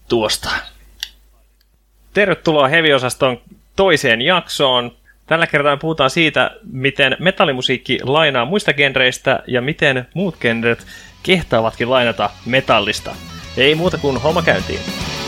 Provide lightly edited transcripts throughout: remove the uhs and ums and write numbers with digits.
tuosta. Tervetuloa Heavy-osaston toiseen jaksoon. Tällä kertaa puhutaan siitä, miten metallimusiikki lainaa muista genreistä ja miten muut genret kehtaavatkin lainata metallista. Ei muuta kuin homma käyntiin.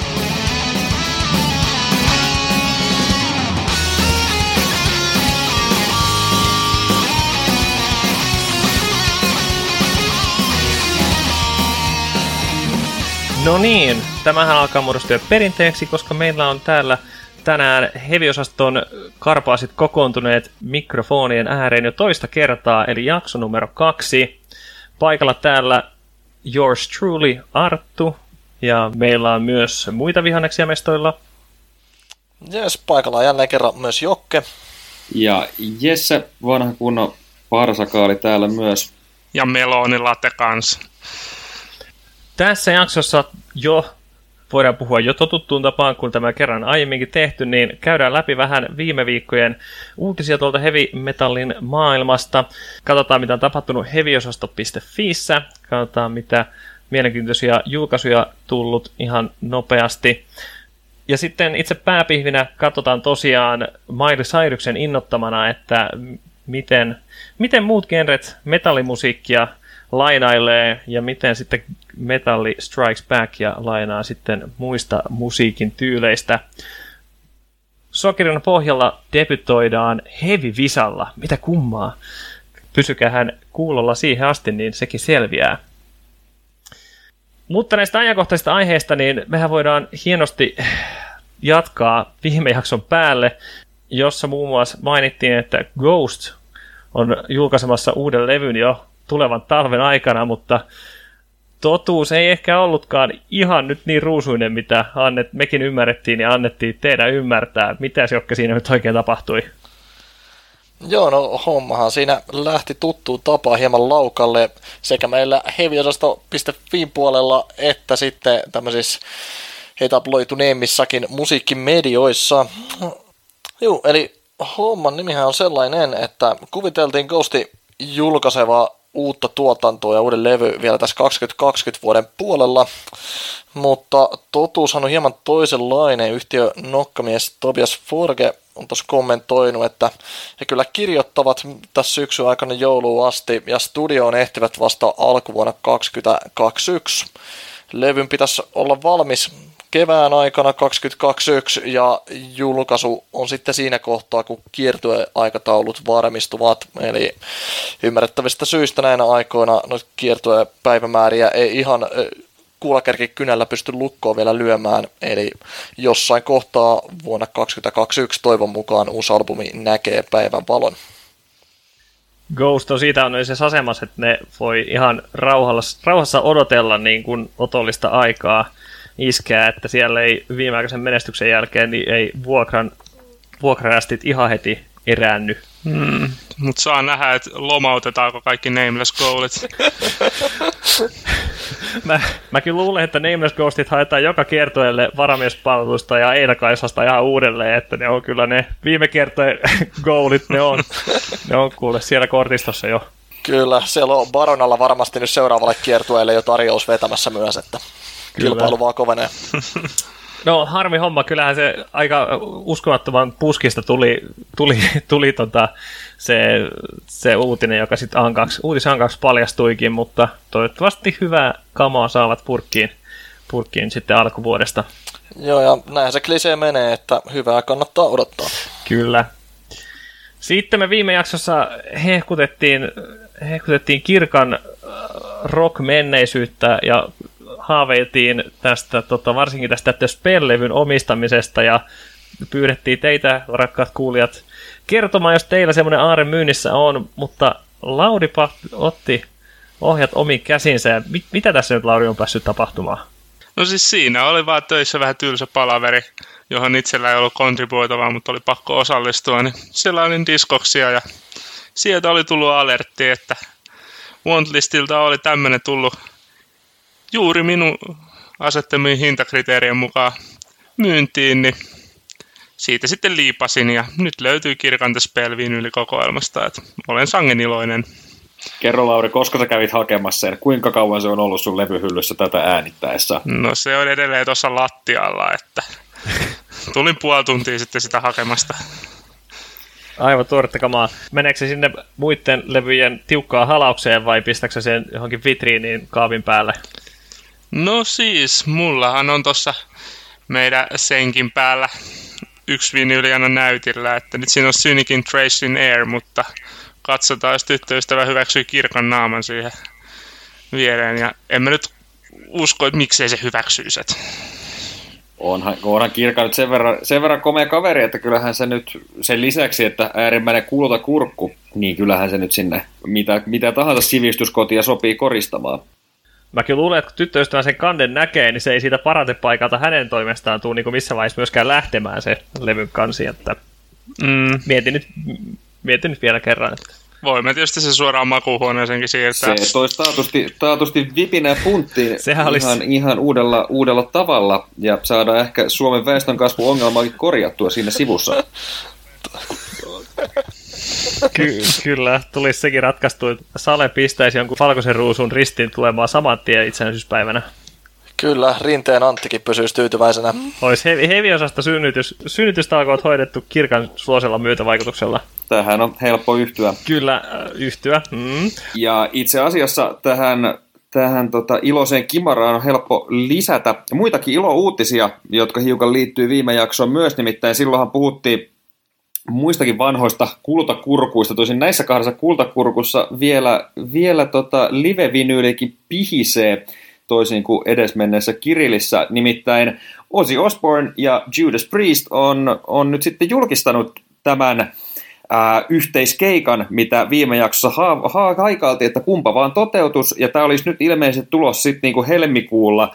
No niin, tämähän alkaa muodostua perinteeksi, koska meillä on täällä tänään Heavy-osaston karpaasit kokoontuneet mikrofonien ääreen jo toista kertaa, eli jakso numero 2. Paikalla täällä yours truly, Arttu, ja meillä on myös muita vihanneksia mestoilla. Jes, paikalla on jälleen kerran myös Jokke. Ja Jesse, vanha kunnon parsakaali täällä myös. Ja melonilatte kanssa. Tässä jaksossa voidaan puhua jo totuttuun tapaan, kun tämä kerran aiemminkin tehty, niin käydään läpi vähän viime viikkojen uutisia tuolta heavy metallin maailmasta. Katsotaan, mitä on tapahtunut heavyosasto.fiissä. Katsotaan, mitä mielenkiintoisia julkaisuja tullut ihan nopeasti. Ja sitten itse pääpihvinä katsotaan tosiaan Miley Cyrusen innoittamana, että miten muut genret metallimusiikkia lainailee ja miten sitten metalli strikes back ja lainaa sitten muista musiikin tyyleistä. Sokerin pohjalla debytoidaan Heavy Visalla. Mitä kummaa? Pysykähän kuulolla siihen asti, niin sekin selviää. Mutta näistä ajankohtaisista aiheista, niin mehän voidaan hienosti jatkaa viime jakson päälle, jossa muun muassa mainittiin, että Ghost on julkaisemassa uuden levyn jo tulevan talven aikana, mutta totuus ei ehkä ollutkaan ihan nyt niin ruusuinen, mitä mekin ymmärrettiin ja annettiin teidän ymmärtää. Mitäs Jokke siinä nyt oikein tapahtui? Joo, no hommahan siinä lähti tuttuun tapaan hieman laukalle sekä meillä heavyosasto.fin puolella että sitten tämmöisissä etabloituneemmissakin musiikkimedioissa. Joo, eli homman nimihän on sellainen, että kuviteltiin Ghosti julkaiseva uutta tuotantoa ja uuden levy vielä tässä 2020 vuoden puolella, mutta totuushan on hieman toisenlainen. Yhtiö nokkamies Tobias Forge on tuossa kommentoinut, että he kyllä kirjoittavat tässä syksyn aikana jouluun asti ja studioon ehtivät vasta alkuvuonna 2021. Levyn pitäisi olla valmis kevään aikana 2021 ja julkaisu on sitten siinä kohtaa, kun kiertueaikataulut varmistuvat. Eli ymmärrettävistä syistä näinä aikoina noita kiertuepäivämääriä ei ihan kuulakärki kynällä pysty lukkoon vielä lyömään. Eli jossain kohtaa vuonna 2021 toivon mukaan uusi albumi näkee päivän valon. Ghost on siitä on se asemassa, että ne voi ihan rauhassa odotella niin kuin otollista aikaa iskeä, että siellä ei viimeaikaisen menestyksen jälkeen niin ei vuokrarästit ihan heti eräänny. Mutta saa nähdä, että lomautetaanko kaikki Nameless Ghostit. Mäkin luulen, että Nameless Ghostit haetaan joka kiertueelle varamiespalvelusta ja Eidakaisasta ihan uudelleen, että ne on kyllä ne viime kiertojen goalit, ne on kuule siellä kortistossa jo. Kyllä, siellä on Baronalla varmasti nyt seuraavalle kiertueelle jo tarjous vetämässä myös, että kyllä. Kilpailu vaan kovenee. No harmi homma, kyllähän se aika uskomattoman puskista tuli se uutinen, joka sitten Uutis-Ankaksi paljastuikin, mutta toivottavasti hyvää kamaa saavat purkkiin sitten alkuvuodesta. Joo, ja näinhän se klisee menee, että hyvää kannattaa odottaa. Kyllä. Sitten me viime jaksossa hehkutettiin Kirkan rock-menneisyyttä ja haaveiltiin tästä, varsinkin tästä The Spell-levyn omistamisesta ja pyydettiin teitä, rakkaat kuulijat, kertomaan, jos teillä semmoinen aare myynnissä on, mutta Lauripa otti ohjat omiin käsinsä ja mitä tässä nyt Lauri on päässyt tapahtumaan? No siis siinä oli vaan töissä vähän tylsä palaveri, johon itsellä ei ollut kontribuoitavaa, mutta oli pakko osallistua, niin siellä oli diskoksia ja sieltä oli tullut alertti, että Wantlistilta oli tämmöinen tullut juuri minun asettamiin hintakriteerien mukaan myyntiin, niin siitä sitten liipasin ja nyt löytyy Kirkan The Spell-vinyylikokoelmasta, että olen sangen iloinen. Kerro Lauri, koska sä kävit hakemassa sen? Kuinka kauan se on ollut sun levyhyllyssä tätä äänittäessä? No se on edelleen tuossa lattialla, että tulin puoli tuntia sitten sitä hakemasta. Aivan tuoretta kamaa. Meneekö se sinne muiden levyjen tiukkaan halaukseen vai pistäkö se sen johonkin vitriiniin kaapin päälle? No siis, mullahan on tuossa meidän senkin päällä yksi vinyyli aina näytillä, että nyt siinä on Cynicin Trace in Air, mutta katsotaan, jos tyttöystävä hyväksyy kirkan naaman siihen viereen, ja en mä nyt usko, että miksei se hyväksyisi. Onhan Kirka nyt sen verran komea kaveri, että kyllähän se nyt sen lisäksi, että äärimmäinen kultakurkku, niin kyllähän se nyt sinne mitä tahansa sivistyskotia sopii koristamaan. Mäkin luulen, että kun tyttöystävä sen kanden näkee, niin se ei siitä paratepaikalta hänen toimestaan tule niin missä vaiheessa myöskään lähtemään se levyn kansi. Että mietin nyt vielä kerran. Että voimme tietysti se suoraan makuuhuoneeseenkin siirtää. Se toisi taatusti vipinä punttiin ihan uudella tavalla ja saadaan ehkä Suomen väestönkasvuongelmaakin korjattua siinä sivussa. Kyllä, tulisi sekin ratkaistu, että Sale pistäisi jonkun valkoisen ruusun ristiin tulemaan saman tien itsenäisyyspäivänä. Kyllä, Rinteen Anttikin pysyisi tyytyväisenä. Olisi heviosasta synnytystalkoot hoidettu Kirkan suosella myötävaikutuksella. Tähän on helppo yhtyä. Kyllä, yhtyä. Ja itse asiassa tähän iloiseen kimaraan on helppo lisätä muitakin ilouutisia, jotka hiukan liittyy viime jaksoon myös. Nimittäin silloinhan puhuttiin muistakin vanhoista kultakurkuista. Tosin näissä kahdessa kultakurkussa vielä live-vinyylikin pihisee, toisin kuin edesmenneessä Kirillissä. Nimittäin Ozzy Osbourne ja Judas Priest on nyt sitten julkistanut tämän yhteiskeikan, mitä viime jaksossa haikailtiin, että kumpa vaan toteutus, ja tämä olisi nyt ilmeisesti tulos sitten niinku helmikuulla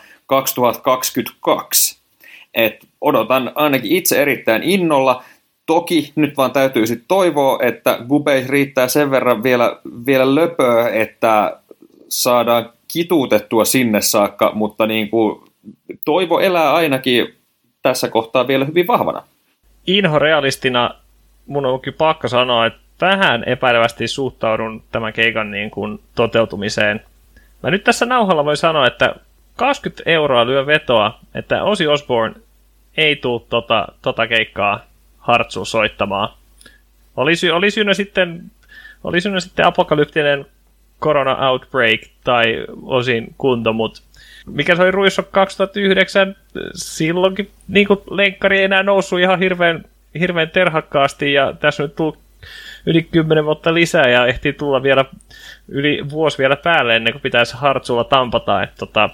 2022. Et odotan ainakin itse erittäin innolla. Toki nyt vaan täytyy sitten toivoa, että gubeis riittää sen verran vielä löpöä, että saadaan kituutettua sinne saakka, mutta niin kuin toivo elää ainakin tässä kohtaa vielä hyvin vahvana. Inhorealistina mun on kyllä pakko sanoa, että vähän epäilevästi suhtaudun tämän keikan niin kuin toteutumiseen. Mä nyt tässä nauhalla voin sanoa, että 20 € lyö vetoa, että Ozzy Osbourne ei tule tota keikkaa Hartsuun soittamaan. Oli syynä sitten apokalyptinen corona outbreak tai osin kunto, mutta mikä se oli Ruissa 2009, silloinkin niin lenkkari ei enää noussut ihan hirveän terhakkaasti, ja tässä nyt tuli yli 10 vuotta lisää ja ehtii tulla vielä yli vuosi vielä päälle ennen kuin pitäisi Hartsulla tampata.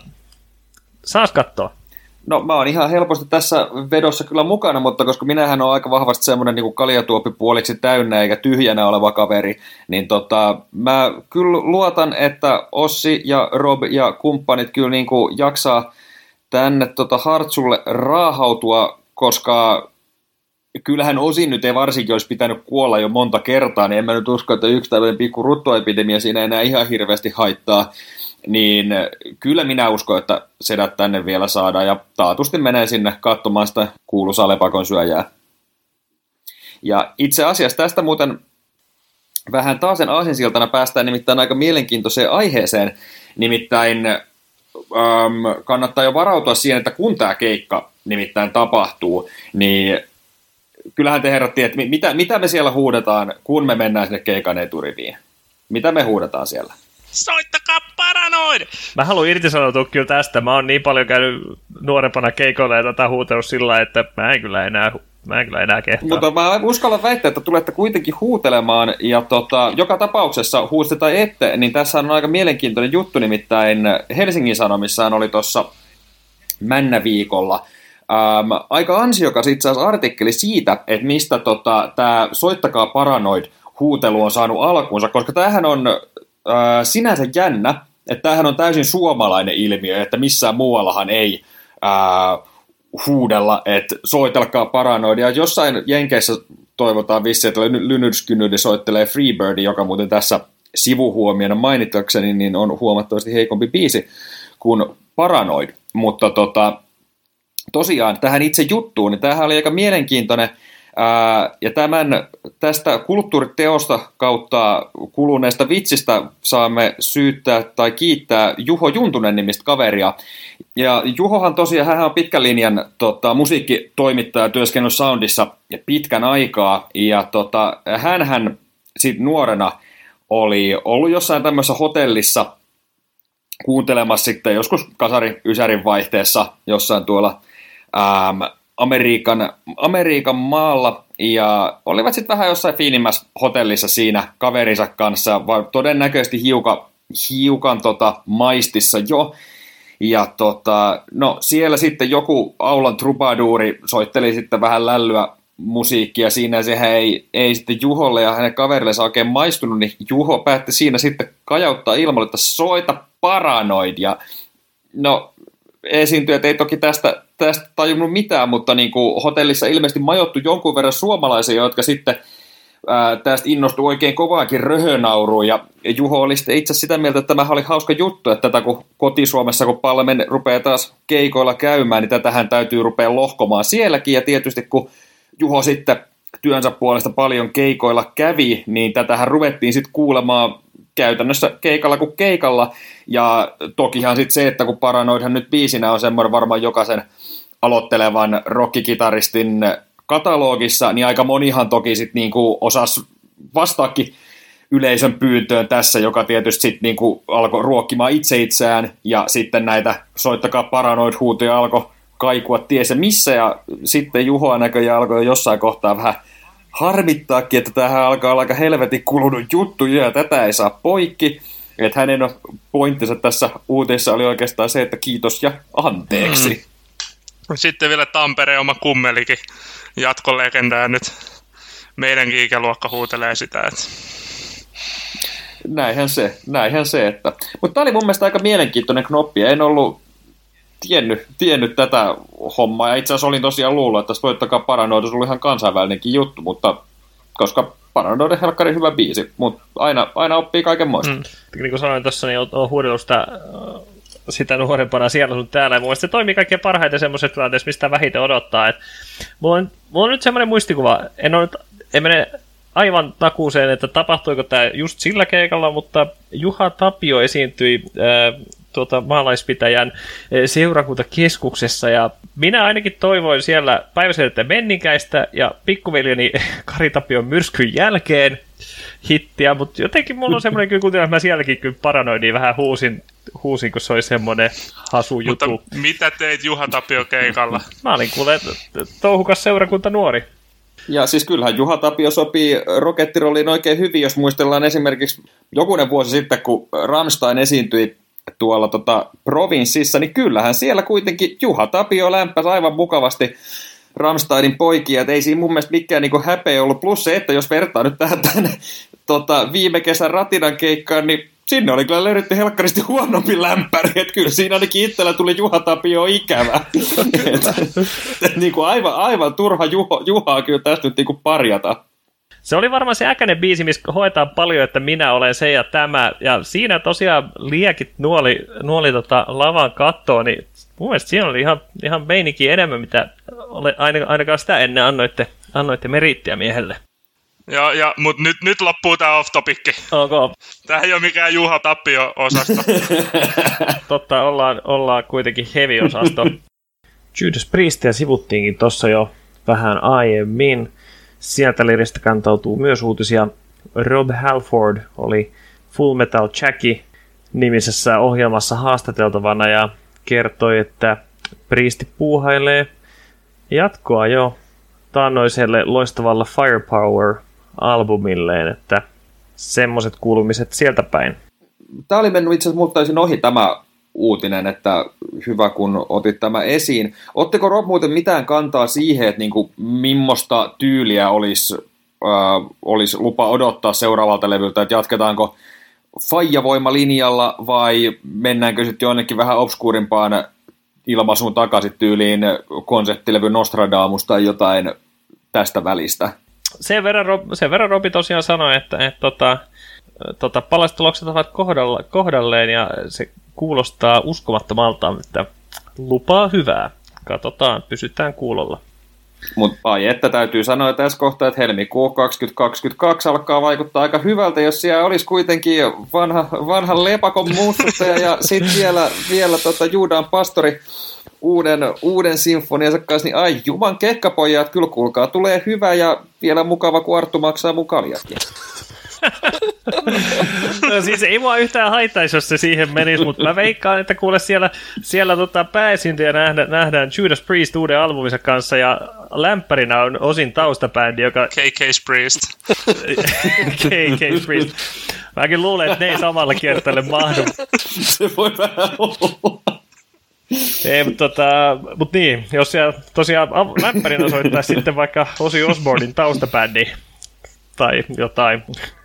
Saas katsoa. No mä oon ihan helposti tässä vedossa kyllä mukana, mutta koska minähän on aika vahvasti semmoinen niin kuin kaljatuoppi puoliksi täynnä eikä tyhjänä oleva kaveri, niin mä kyllä luotan, että Ossi ja Rob ja kumppanit kyllä niin kuin jaksaa tänne Hartsulle raahautua, koska kyllähän osin nyt ei varsinkin olisi pitänyt kuolla jo monta kertaa, niin en mä nyt usko, että yksi tällainen pikku ruttoepidemia siinä enää ihan hirveästi haittaa. Niin kyllä minä uskon, että sedät tänne vielä saadaan ja taatusti menee sinne katsomaan sitä kuuluisaa lepakon syöjää. Ja itse asiassa tästä muuten vähän taas sen aasinsiltana päästään nimittäin aika mielenkiintoiseen aiheeseen. Nimittäin kannattaa jo varautua siihen, että kun tämä keikka nimittäin tapahtuu, niin kyllähän te herrat tiedät, mitä me siellä huudetaan, kun me mennään sinne keikan eturiviin. Mitä me huudetaan siellä? Soittakaa Paranoid! Mä haluan irtisanoutua kyllä tästä. Mä oon niin paljon käynyt nuorempana keikoilla ja tätä huutellut sillä, että mä en kyllä enää kehtaa. Mutta mä uskallan väittää, että tulette kuitenkin huutelemaan, ja joka tapauksessa huusitte tai ette, niin tässä on aika mielenkiintoinen juttu, nimittäin Helsingin Sanomissaan oli tuossa Männäviikolla aika ansiokas itse asiassa artikkeli siitä, että mistä tämä Soittakaa Paranoid -huutelu on saanut alkuunsa, koska tämähän on sinänsä jännä, että tämähän on täysin suomalainen ilmiö, että missään muuallahan ei huudella, että soitelkaa Paranoidia. Jossain Jenkeissä toivotaan vissiin, että Lynyrd soittelee Freebird, joka muuten tässä sivuhuomiona mainitakseni, niin on huomattavasti heikompi biisi kuin Paranoid. Mutta tosiaan tähän itse juttuun, niin tämähän oli aika mielenkiintoinen Ja tästä kulttuuriteosta kautta kuluneesta vitsistä saamme syyttää tai kiittää Juho Juntunen nimistä kaveria. Ja Juhohan tosiaan, hän on pitkän linjan musiikkitoimittaja, työskennellyt Soundissa pitkän aikaa. Ja hänhän sitten nuorena oli ollut jossain tämmöisessä hotellissa kuuntelemassa sitten joskus kasari-ysärin vaihteessa jossain tuolla Amerikan maalla, ja olivat sitten vähän jossain fiinimmässä hotellissa siinä kaverinsa kanssa, vaan todennäköisesti hiukan maistissa jo, ja no siellä sitten joku aulan trubaduuri soitteli sitten vähän lällyä musiikkia siinä, ja sehän ei sitten Juholle ja hänen kaverille oikein maistunut, niin Juho päätti siinä sitten kajauttaa ilmoille, että soita Paranoid, ja no esiintyjät ei toki tästä tajunnut mitään, mutta niin kuin hotellissa ilmeisesti majoittu jonkun verran suomalaisia, jotka sitten tästä innostui oikein kovaakin röhönauruun, ja Juho oli sitten itse sitä mieltä, että tämä oli hauska juttu, että tätä kun kotisuomessa, kun Palmen rupeaa taas keikoilla käymään, niin tätähän täytyy rupea lohkomaan sielläkin, ja tietysti kun Juho sitten työnsä puolesta paljon keikoilla kävi, niin tätähän ruvettiin sitten kuulemaan käytännössä keikalla kuin keikalla, ja tokihan sitten se, että kun Paranoidhan nyt biisinä on semmoinen varmaan jokaisen aloittelevan rockikitaristin katalogissa, niin aika monihan toki sitten niinku osasi vastaakin yleisön pyyntöön tässä, joka tietysti sitten niinku alkoi ruokkimaan itseään, ja sitten näitä soittakaa Paranoid-huutoja alkoi kaikua ties ja missä, ja sitten Juhoa näköjään alkoi jossain kohtaa vähän harmittaakin, että tämähän alkaa olla aika helvetin kulunut juttu, ja tätä ei saa poikki. Että hänen pointtinsa tässä uutisessa oli oikeastaan se, että kiitos ja anteeksi. Sitten vielä Tampereen oma kummelikin jatkolegendaa, nyt meidänkin ikäluokka huutelee sitä. Että näinhän se. Että. Mutta tämä oli mun mielestä aika mielenkiintoinen knoppi. En ollut tiennyt tätä hommaa, ja itse asiassa olin tosiaan luullut, että soittakaa Paranoid oli ihan kansainvälinenkin juttu, mutta koska Paranoid on helkkari hyvä biisi, mutta aina oppii kaikenmoista. Niin kuin sanoin tuossa, niin olen huudellut sitä nuorempana siellä sun täällä, ja mun mielestä se toimii kaikkein parhaiten semmoisessa tilanteessa, mistä vähiten odottaa. Et mulla on nyt semmoinen muistikuva, en mene aivan takuuseen, että tapahtuiko tämä just sillä keikalla, mutta Juha Tapio esiintyi maalaispitäjän seurakuntakeskuksessa, ja minä ainakin toivoin siellä päiväseltä menninkäistä ja pikkuveljeni Kari Tapion myrskyn jälkeen hittiä, mutta jotenkin mulla on semmoinen kyllä kuitenkin, että mä sielläkin kyllä Paranoidiin vähän huusin, kun se oli semmoinen hasu juttu. Mutta mitä teit Juha Tapio keikalla? Mä olin kuule touhukas seurakunta nuori. Ja siis kyllähän Juha Tapio sopii rokettirolliin oikein hyvin, jos muistellaan esimerkiksi jokunen vuosi sitten, kun Rammstein esiintyi tuolla provinssissa, niin kyllähän siellä kuitenkin Juha Tapio lämpäsi aivan mukavasti Rammsteinin poikia, että ei siinä mun mielestä mikään niinku häpeä ollut. Plus se, että jos vertaa nyt tähän viime kesän Ratinan keikkaan, niin sinne oli kyllä löydetty helkkaristi huonompi lämpäri, että kyllä siinä ainakin itsellä tuli Juha Tapio ikävä. Niinku aivan turha Juhaa kyllä tästä nyt niinku parjata. Se oli varmaan se äkäinen biisi, missä hoetaan paljon, että minä olen se ja tämä. Ja siinä tosiaan liekit nuoli lavan kattoon, niin mun mielestä siinä oli ihan meininki enemmän, mitä ainakaan sitä ennen annoitte meriittiä miehelle. Joo, mutta nyt loppuu tämä off-topikki. Okay. Tämä ei ole mikään Juha Tapio-osasto. Totta, ollaan kuitenkin heavy-osasto. Judas Priestia sivuttiinkin tuossa jo vähän aiemmin. Sieltä liristä kantautuu myös uutisia. Rob Halford oli Full Metal Jackie -nimisessä ohjelmassa haastateltavana ja kertoi, että Priesti puuhailee jatkoa jo taannoiselle loistavalla Firepower-albumilleen, että semmoiset kuulumiset sieltä päin. Tämä oli mennyt itse asiassa multa täysin ohi tämä uutinen, että hyvä kun otit tämä esiin. Otteko Rob muuten mitään kantaa siihen, että niinku, millaista tyyliä olisi lupa odottaa seuraavalta levyltä, että jatketaanko faijavoimalinjalla vai mennäänkö sitten jonnekin vähän obskuurimpaan ilmaisuun takaisin tyyliin konseptilevy Nostradamus tai jotain tästä välistä? Sen verran Robi tosiaan sanoi, että palastulokset ovat kohdalleen ja se kuulostaa uskomattomalta, että lupaa hyvää. Katsotaan, pysytään kuulolla. Mutta ai että täytyy sanoa tässä kohtaa, että helmikuu 2022 alkaa vaikuttaa aika hyvältä, jos siellä olisi kuitenkin vanhan lepakon muistuttaja ja sitten vielä Juudan pastori uuden sinfoniansa kanssa, niin ai juman kekkapojat, kyllä kuulkaa, tulee hyvä ja vielä mukava, kun Arttu maksaa mun kaljakin. No siis ei mua yhtään haittaisi, jos se siihen menisi, mutta mä veikkaan, että kuule siellä pääesiintyjä nähdään Judas Priest uuden albuminsa kanssa ja lämpärinä on osin taustabändi, joka... KK's Priest. KK's Priest. Mäkin luulen, että ne ei samalla kiertäjälle mahdu. Se voi vähän olla. Ei, mutta niin, jos siellä tosiaan lämpärinä soittaisi sitten vaikka Ozzy Osbournen taustabändi tai jotain.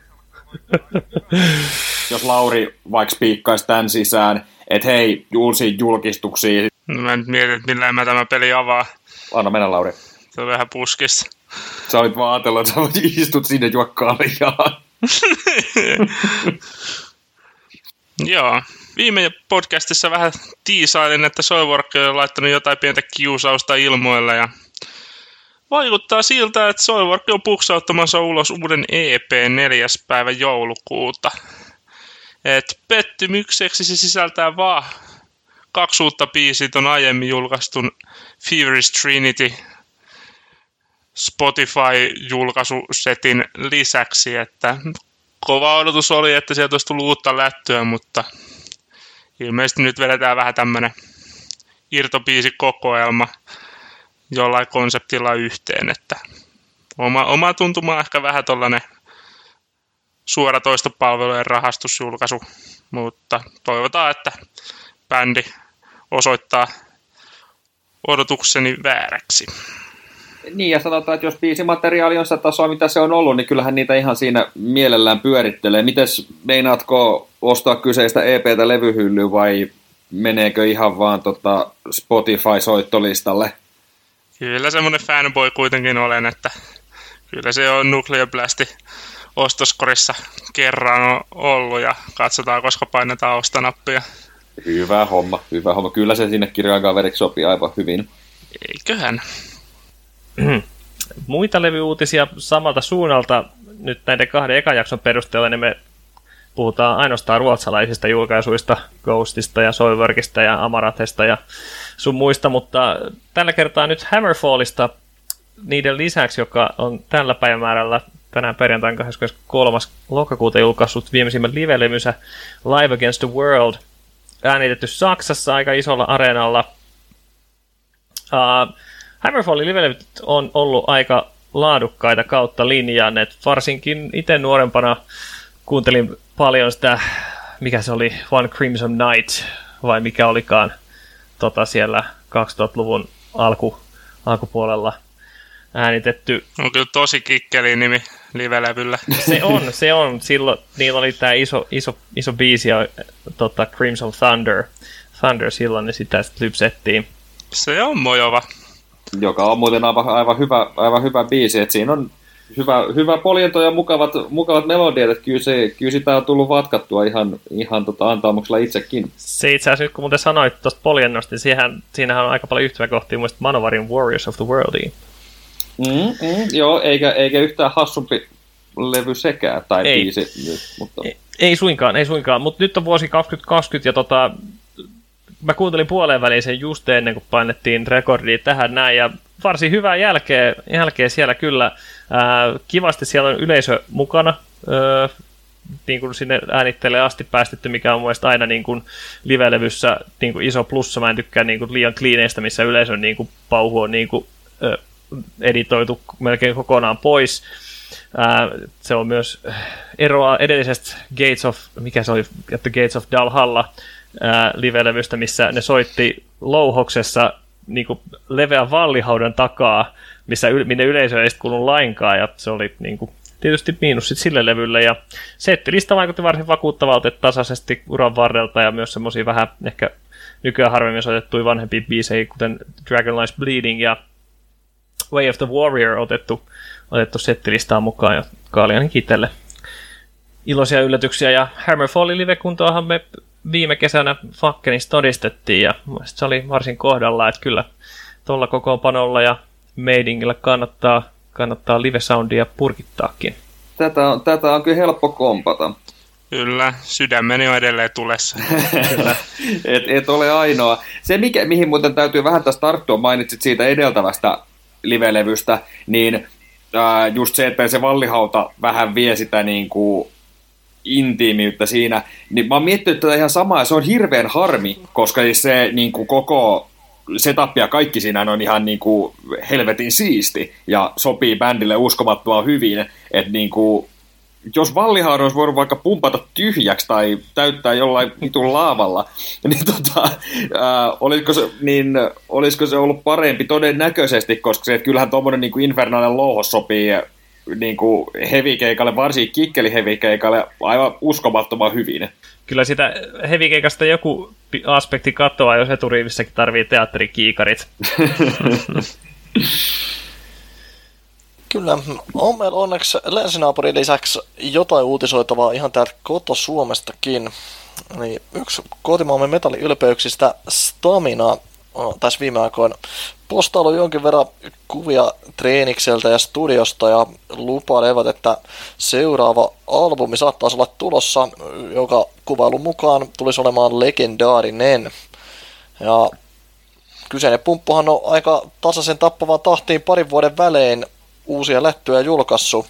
Jos Lauri vaikka piikkaisi tämän sisään, että hei, uusia julkistuksia. No mä nyt mietin, että millään mä tämä peli avaa. Anna mennä, Lauri. Se on vähän puskissa. Sä olit vaan ajatellut, että sä istut sinne juo kaljaa. Joo. Viime podcastissa vähän tiisailin, että Soilwork on laittanut jotain pientä kiusausta ilmoille ja vaikuttaa siltä, että Soilwork on puksauttamassa ulos uuden EP 4. päivä joulukuuta. Et pettymykseksi se sisältää vaan 2 uutta biisiä ton aiemmin julkaistun Feverish Trinity Spotify-julkaisusetin lisäksi, että kova odotus oli, että sieltä olisi tullut uutta lättyä, mutta ilmeisesti nyt vedetään vähän tämmönen irtobiisikokoelma jollain konseptilla yhteen, että oma tuntuma ehkä vähän tollanen suoratoistopalvelujen rahastusjulkaisu, mutta toivotaan, että bändi osoittaa odotukseni vääräksi. Niin, ja sanotaan, että jos biisimateriaali on sitä tasoa, mitä se on ollut, niin kyllähän niitä ihan siinä mielellään pyörittelee. Mites meinaatko ostaa kyseistä EP:tä levyhyllyyn vai meneekö ihan vaan Spotify-soittolistalle? Kyllä semmoinen fanboy kuitenkin olen, että kyllä se on Nuclear Blastin ostoskorissa kerran ollut ja katsotaan, koska painetaan ostanappia. Hyvä homma. Kyllä se sinne kirjaan kaveriksi sopii aivan hyvin. Eiköhän. Muita levyuutisia samalta suunnalta nyt näiden 2 ekan jakson perusteella, niin me puhutaan ainoastaan ruotsalaisista julkaisuista, Ghostista ja Soilworkista ja Amarathesta ja sun muista, mutta tällä kertaa nyt Hammerfallista niiden lisäksi, joka on tällä päivämäärällä tänään perjantain 23. lokakuuta julkaissut viimeisimmän live-levynsä Live Against the World, äänitetty Saksassa aika isolla areenalla. Hammerfallin live-levyt on ollut aika laadukkaita kautta linjan, että varsinkin itse nuorempana kuuntelin paljon sitä, mikä se oli, One Crimson Night, vai mikä olikaan siellä 2000-luvun alkupuolella äänitetty. On kyllä tosi kikkeli nimi live-levyllä. Se on. Silloin niillä oli tämä iso biisi, Crimson Thunder silloin, niin sitä sitten lypsettiin. Se on mojova. Joka on muuten aivan hyvä biisi, että siinä on hyvä poljento ja mukavat melodiat, että kyllä sitä on tullut vatkattua ihan antaamuksella itsekin. Se itse asiassa nyt kun muuten sanoit tuosta poljennosta, niin siinähän on aika paljon yhtymäkohtia muista Manowarin Warriors of the Worldiin. Joo, eikä yhtään hassumpi levy sekään, tai biisi nyt, mutta... Ei suinkaan, mutta nyt on vuosi 2020 ja mä kuuntelin puoleen väliin sen just ennen kuin painettiin rekordia tähän näin, ja varsin hyvää jälkeä siellä kyllä. Kivasti siellä on yleisö mukana, niin kuin sinne äänittelee asti päästetty, mikä on mielestäni aina niin kuin live-levyssä niin kuin iso plussa. Mä en tykkää niin kuin liian kliineistä, missä yleisön niin kuin pauhu on niin kuin editoitu melkein kokonaan pois. Se on myös eroa edellisestä Gates of Valhalla live-levystä, missä ne soitti louhoksessa niin kuin leveän vallihaudan takaa, minne yleisö ei sitten kuulunut lainkaan, ja se oli niin kuin tietysti miinus sit sille levylle, ja settilista vaikutti varsin vakuuttavalta, että tasaisesti uran varrelta, ja myös semmoisia vähän ehkä nykyään harvemmin soitettuja vanhempia biisejä, kuten Dragon Lies Bleeding ja Way of the Warrior otettu settilistaan mukaan, ja Kaalianinkin itselle iloisia yllätyksiä, ja Hammerfallin livekuntoahan me viime kesänä Fakkenissa todistettiin, ja se oli varsin kohdalla, että kyllä tuolla kokoonpanolla ja meiningillä kannattaa live-soundia purkittaakin. Tätä on kyllä helppo kompata. Kyllä, sydämeni on edelleen tulessa. et ole ainoa. Se, mihin muuten täytyy vähän tästä tarttua, mainitsit siitä edeltävästä live-levystä, niin just se, että se Vallihauta vähän vie sitä niin kuin intiimiyttä siinä, niin mä oon miettinyt tätä ihan samaa, ja se on hirveän harmi, koska se niin kuin koko setup ja kaikki siinä on ihan niin kuin helvetin siisti, ja sopii bändille uskomattoman hyvin, että niin kuin jos Vallihaudan olisi voinut vaikka pumpata tyhjäksi tai täyttää jollain vitun laavalla, niin olisiko se ollut parempi todennäköisesti, koska se, että kyllähän tuommoinen niin kuin infernaalinen louho sopii niin kuin heavy-keikalle, varsinkin kikkeli-heavy-keikalle aivan uskomattoman hyvin. Kyllä sitä heavy-keikasta joku aspekti katoaa, jos eturiivissäkin tarvii teatterikiikarit. Kyllä, on meillä onneksi länsinaapurin lisäksi jotain uutisoitavaa ihan täältä koto-Suomestakin. Niin yksi kotimaamme metalliylpeyksistä Stamina on tässä viime aikoina postailu jonkin verran kuvia treenikseltä ja studiosta ja lupailevat, että seuraava albumi saattaisi olla tulossa, joka kuvailun mukaan tulisi olemaan legendaarinen. Ja kyseinen pumppuhan on aika tasaisen tappavaan tahtiin parin vuoden välein uusia lättyjä julkaissut.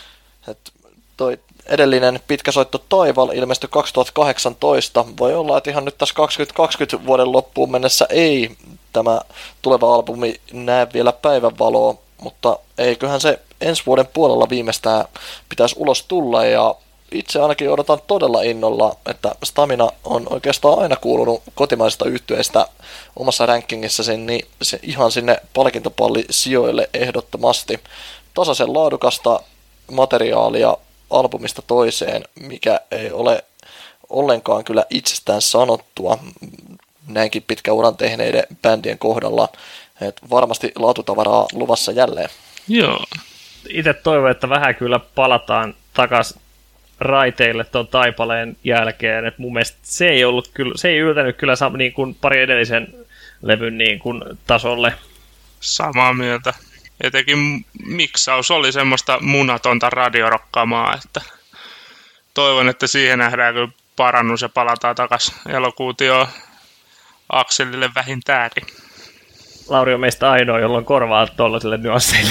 Toi edellinen pitkä soitto Taival ilmestyi 2018. Voi olla, että ihan nyt tässä 2020 vuoden loppuun mennessä ei tämä tuleva albumi näe vielä päivänvaloa, mutta eiköhän se ensi vuoden puolella viimeistään pitäisi ulos tulla, ja itse ainakin odotan todella innolla, että Stamina on oikeastaan aina kuulunut kotimaisista yhtyeistä omassa rankingissa, niin se ihan sinne palkintopallisijoille ehdottomasti. Tasaisen laadukasta materiaalia albumista toiseen, mikä ei ole ollenkaan kyllä itsestään sanottua näinkin pitkä uran tehneiden bändien kohdalla. Et varmasti laatutavaraa luvassa jälleen. Joo. Itse toivon, että vähän kyllä palataan takaisin raiteille tuon Taipaleen jälkeen. Et mun mielestä se ei yltänyt kyllä niin kuin pari edellisen levyn niin kuin tasolle. Samaa mieltä. Etenkin miksaus oli semmoista munatonta radiorokkamaa, että toivon, että siihen nähdään kyllä parannus ja palataan takaisin elokuutioon Akselille vähintäänkin. Lauri on meistä ainoa, jolla on korvaa tuollaisille nyansseille.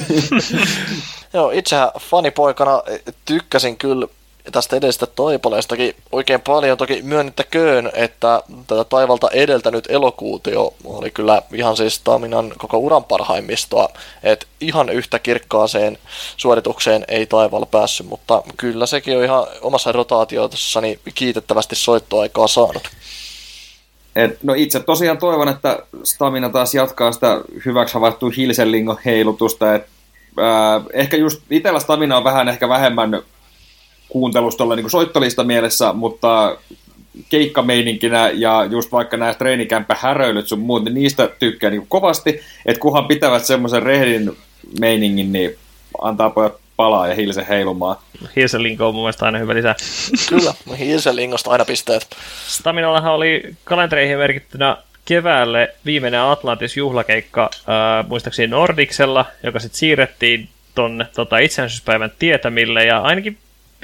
Joo, itsehän fanipoikana tykkäsin kyllä tästä edellisestä Taipaleestakin oikein paljon. Toki myönnettäköön, että tätä Taivalta edeltänyt elokuutio oli kyllä ihan siis Staminan koko uran parhaimmistoa. Et ihan yhtä kirkkaaseen suoritukseen ei Taival päässyt, mutta kyllä sekin on ihan omassa rotaatiossani kiitettävästi soittoaikaa saanut. No itse tosiaan toivon, että Stamina taas jatkaa sitä hyväksi havaittua Hilsenlingon heilutusta. Ehkä just itsellä Stamina on vähän ehkä vähemmän kuuntelustolla niin soittolista mielessä, mutta keikkameininkinä ja just vaikka nämä treenikämppä-häröilyt sun muut, niin niistä tykkää niin kovasti, että kunhan pitävät semmoisen rehdin meiningin, niin antaa pojat palaa ja Hilsen heilumaan. Hilsenlinko on mun mielestä aina hyvä lisää. Kyllä, Hilsenlingosta aina pisteet. Staminallahan oli kalentereihin merkittynä keväälle viimeinen Atlantis-juhlakeikka, muistaakseni Nordicsella, joka sitten siirrettiin tonne itsenäisyyspäivän tietämille, ja ainakin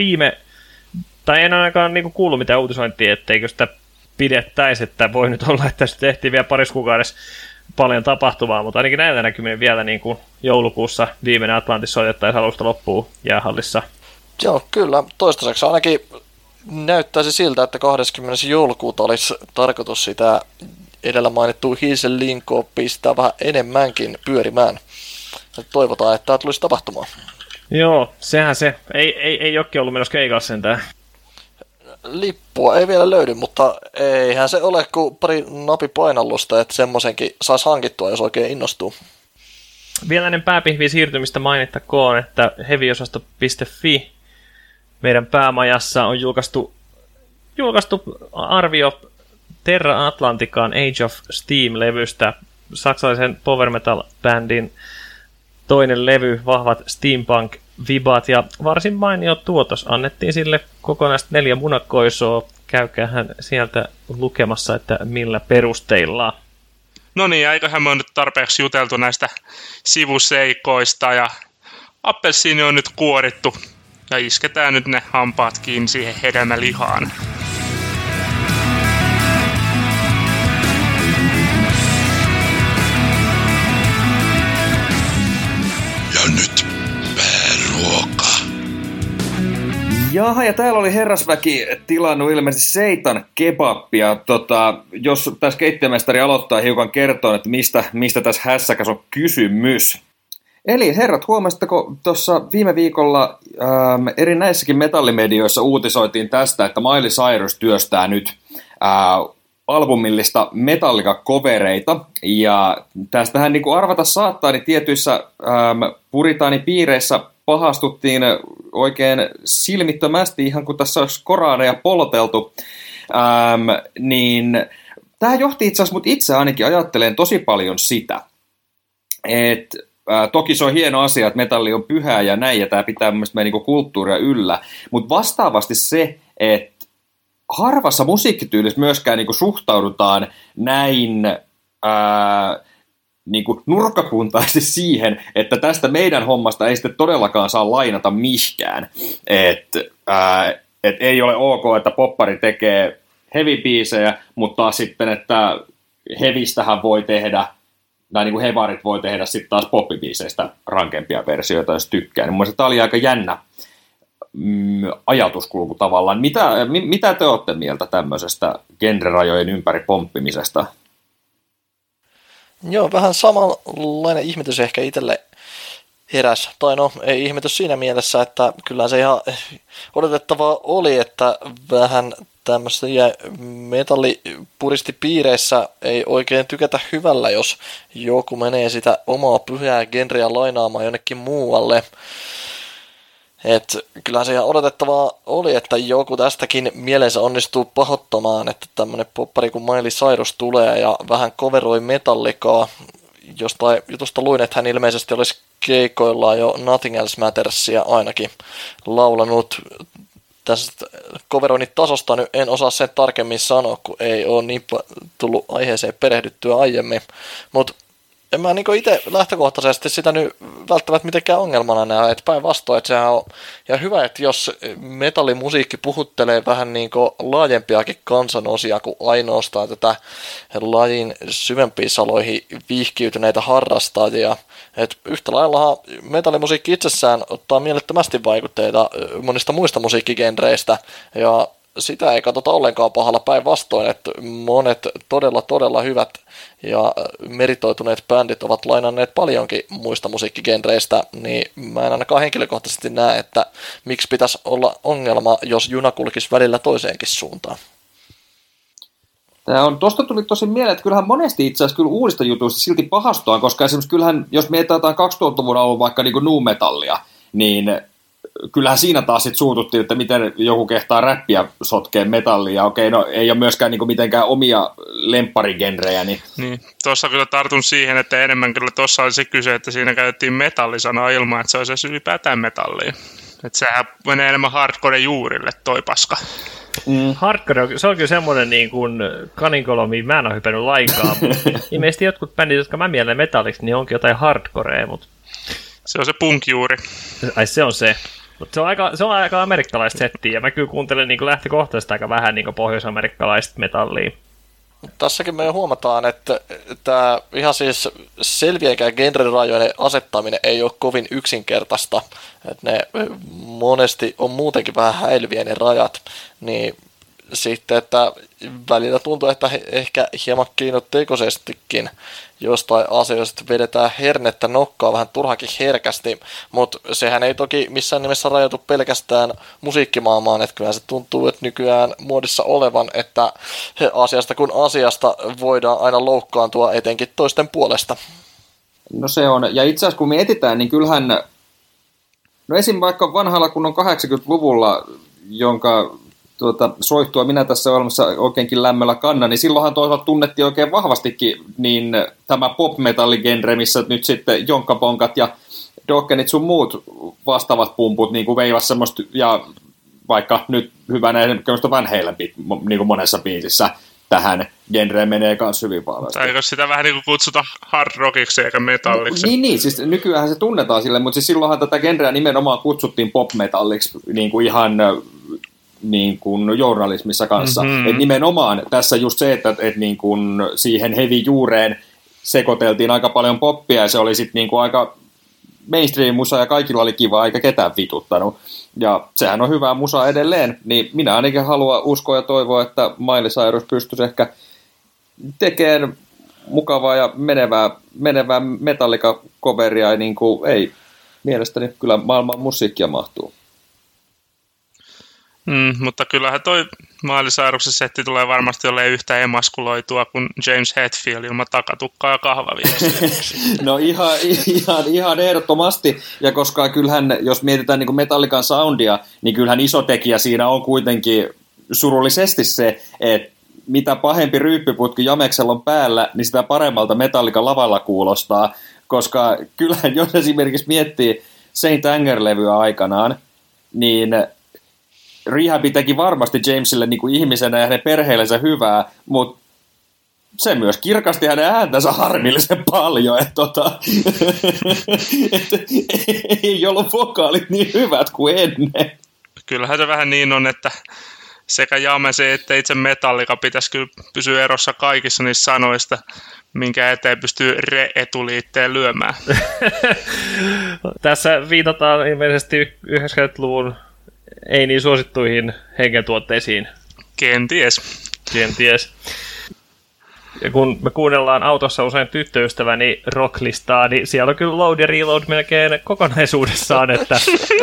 tai en ainakaan niinku kuullut mitään uutisointia, etteikö sitä pidettäisi, että voi nyt olla, että se tehtiin vielä parissa kuukaudessa paljon tapahtumaa, mutta ainakin näillä näkyminen vielä niin kuin joulukuussa viimeinen Atlantis soitettaisiin alusta loppuun jäähallissa. Joo, kyllä. Toistaiseksi ainakin näyttäisi siltä, että 20. joulukuuta olisi tarkoitus sitä edellä mainittua Hilsenlinkoa pistää vähän enemmänkin pyörimään. Toivotaan, että tämä tulisi tapahtumaan. Joo, sehän se. Ei Jokki ollut menossa keikalla sentään. Lippua ei vielä löydy, mutta eihän se ole kuin pari napipainallusta, että semmoisenkin saisi hankittua, jos oikein innostuu. Vielä ennen pääpihviä siirtymistä mainittakoon, että heviosasto.fi meidän päämajassa on julkaistu arvio Terra Atlantican Age of Steam-levystä, saksalaisen power metal-bändin toinen levy, vahvat steampunk-vibat ja varsin mainio tuotos. Annettiin sille kokonaista 4 munakkoisoa. Käykäähän sieltä lukemassa, että millä perusteilla. No niin, eiköhän me on nyt tarpeeksi juteltu näistä sivuseikoista ja appelsiini on nyt kuorittu ja isketään nyt ne hampaat kiinni siihen hedelmälihaan. Ja nyt pääruoka. Jaha, ja täällä oli herrasväki tilannut ilmeisesti seitan kebappia. Jos tässä keittiömestari aloittaa hiukan kertoa, että mistä tässä hässäkäs on kysymys. Eli herrat, huomasitteko tuossa viime viikolla erinäisissäkin metallimedioissa uutisoitiin tästä, että Miley Cyrus työstää nyt albumillista Metallica-kovereita, ja tästähän niin kuin arvata saattaa, niin tietyissä puritaanipiireissä pahastuttiin oikein silmittömästi, ihan kun tässä olisi Koraaneja poloteltu, niin tämä johti itse asiassa, mutta itse ainakin ajattelen tosi paljon sitä, että toki se on hieno asia, että metalli on pyhää ja näin, ja tämä pitää mielestäni meidän niin kulttuuria yllä, mutta vastaavasti se, että harvassa musiikkityylissä myöskään niin kuin suhtaudutaan näin niin kuin nurkkapuntaisesti siihen, että tästä meidän hommasta ei sitten todellakaan saa lainata mihkään. Että ei ole ok, että poppari tekee heavy-biisejä, mutta taas sitten, että hevistähän voi tehdä, tai niin kuin hevarit voi tehdä sitten taas poppibiiseistä rankempia versioita, jos tykkää. Niin mun mielestä tämä oli aika jännä ajatuskulku tavallaan. Mitä te olette mieltä tämmöisestä genrerajojen ympäri pomppimisesta? Joo, vähän samanlainen ihmetys ehkä itselle heräs. Tai no, ei ihmetys siinä mielessä, että kyllä se ihan odotettavaa oli, että vähän tämmöistä metallipuristipiireissä ei oikein tykätä hyvällä, jos joku menee sitä omaa pyhää genreä lainaamaan jonnekin muualle. Et kyllähän se ihan odotettavaa oli, että joku tästäkin mielensä onnistuu pahoittamaan, että tämmönen poppari kuin Miley Cyrus tulee ja vähän coveroi Metallicaa. Jostain jutusta luin, että hän ilmeisesti olisi keikoillaan jo Nothing Else Mattersia ainakin laulanut. Tästä coveroinnin tasosta nyt en osaa sen tarkemmin sanoa, kun ei ole niin tullut aiheeseen perehdyttyä aiemmin. Mutta en mä niinku itse lähtökohtaisesti sitä nyt välttämättä mitenkään ongelmana näe, että päinvastoin, että sehän on ja hyvä, että jos metallimusiikki puhuttelee vähän niinku laajempiakin kansanosia kuin ainoastaan tätä lajin syvempiin saloihin vihkiytyneitä harrastajia, että yhtä laillahan metallimusiikki itsessään ottaa mielettömästi vaikutteita monista muista musiikkigenreistä, ja sitä ei katsota ollenkaan pahalla, päinvastoin, että monet todella hyvät ja meritoituneet bändit ovat lainanneet paljonkin muista musiikkigenreistä, niin mä en ainakaan henkilökohtaisesti näe, että miksi pitäisi olla ongelma, jos juna kulkisi välillä toiseenkin suuntaan. Tuosta tuli tosi mieleen, että kyllähän monesti itse asiassa kyllä uudista jutuista silti pahastua, koska esimerkiksi kyllähän, jos mietitään 2000-luvun alun vaikka niin kuin nu-metallia, niin kyllähän siinä taas sitten suututtiin, että miten joku kehtaa räppiä sotkeen metallia. Okei, no ei ole myöskään niinku mitenkään omia lempparigenrejä. Niin, tuossa kyllä tartun siihen, että enemmän kyllä tuossa olisi kyse, että siinä käytettiin metallisanaa ilman, että se olisi ylipäätään metallia. Että sehän menee enemmän hardcore juurille toi paska. Hardcore, se on kyllä semmoinen niin kuin kaninkolo, mihin mä en ole hypännyt lainkaan. Ilmeisesti jotkut bändit, jotka mä mielen metalliksi, niin onkin jotain hardcorea, mutta se on se punk-juuri. Ai se on se. Mutta se on aika amerikkalaista settiä, ja mä kyllä kuuntelen niin lähtökohtaisesti aika vähän niin pohjois-amerikkalaista metallia. Tässäkin me huomataan, että tämä ihan siis selviäkään genrerajojen asettaminen ei ole kovin yksinkertaista. Että ne monesti on muutenkin vähän häilyviä ne rajat, niin sitten, että välillä tuntuu, että ehkä hieman keinotekoisestikin jostain asioista vedetään hernettä nokkaa vähän turhakin herkästi, mutta sehän ei toki missään nimessä rajoitu pelkästään musiikkimaailmaan, että kyllä se tuntuu, että nykyään muodissa olevan, että asiasta kun asiasta voidaan aina loukkaantua etenkin toisten puolesta. No se on, ja itse asiassa kun mietitään, niin kyllähän, no esim. Vaikka vanhalla kunnon 80-luvulla, jonka soittua minä tässä olemassa oikeinkin lämmöllä kannan, niin silloinhan toisaalta tunnettiin oikein vahvastikin niin tämä pop-metalligenre, missä nyt sitten jonkkabonkat ja dokkenit sun muut vastaavat pumput niin kuin veivas semmoista, ja vaikka nyt hyvänä esimerkiksi Van Halen niin kuin monessa biisissä, tähän genreen menee myös hyvin vahvasti. Tai eikö sitä vähän niin kuin kutsuta hard rockiksi eikä metalliksi? Niin, siis nykyään se tunnetaan sille, mutta siis silloinhan tätä genreä nimenomaan kutsuttiin pop-metalliksi niin kuin ihan niin kuin journalismissa kanssa. Et nimenomaan tässä just se, että niin kuin siihen heavy-juureen sekoiteltiin aika paljon poppia ja se oli sitten niin kuin aika mainstream-musa ja kaikilla oli kiva eikä ketään vituttanut. Ja sehän on hyvää musaa edelleen, niin minä ainakin haluan uskoa ja toivoa, että Miley Cyrus pystyisi ehkä tekemään mukavaa ja menevää Metallica-coveria, niin kuin ei mielestäni kyllä maailman musiikkia mahtuu. Mutta kyllähän toi Miley Cyrusin setti tulee varmasti olemaan yhtä emaskuloitua kuin James Hetfield ilman takatukkaa ja kahvaviestiä. No ihan ehdottomasti, ja koska kyllähän, jos mietitään niin kuin Metallican soundia, niin kyllähän iso tekijä siinä on kuitenkin surullisesti se, että mitä pahempi ryyppiputki Jameksella on päällä, niin sitä paremmalta Metallican lavalla kuulostaa, koska kyllähän jos esimerkiksi miettii Saint Anger-levyä aikanaan, niin Rehab teki varmasti Jamesille niin kuin ihmisenä ja hänen perheellensä hyvää, mutta se myös kirkasti hänen ääntänsä harmillisen paljon, että ei ollut vokaalit niin hyvät kuin ennen. Kyllähän se vähän niin on, että sekä Jamese että itse Metallica pitäisi kyllä pysyä erossa kaikissa niissä sanoista, minkä eteen pystyy re-etuliitteen lyömään. Tässä viitataan ilmeisesti 90-luvun ei niin suosittuihin hengentuotteisiin. Kenties. Ja kun me kuunnellaan autossa usein tyttöystäväni rocklistaa, niin siellä on kyllä load ja reload melkein kokonaisuudessaan. Että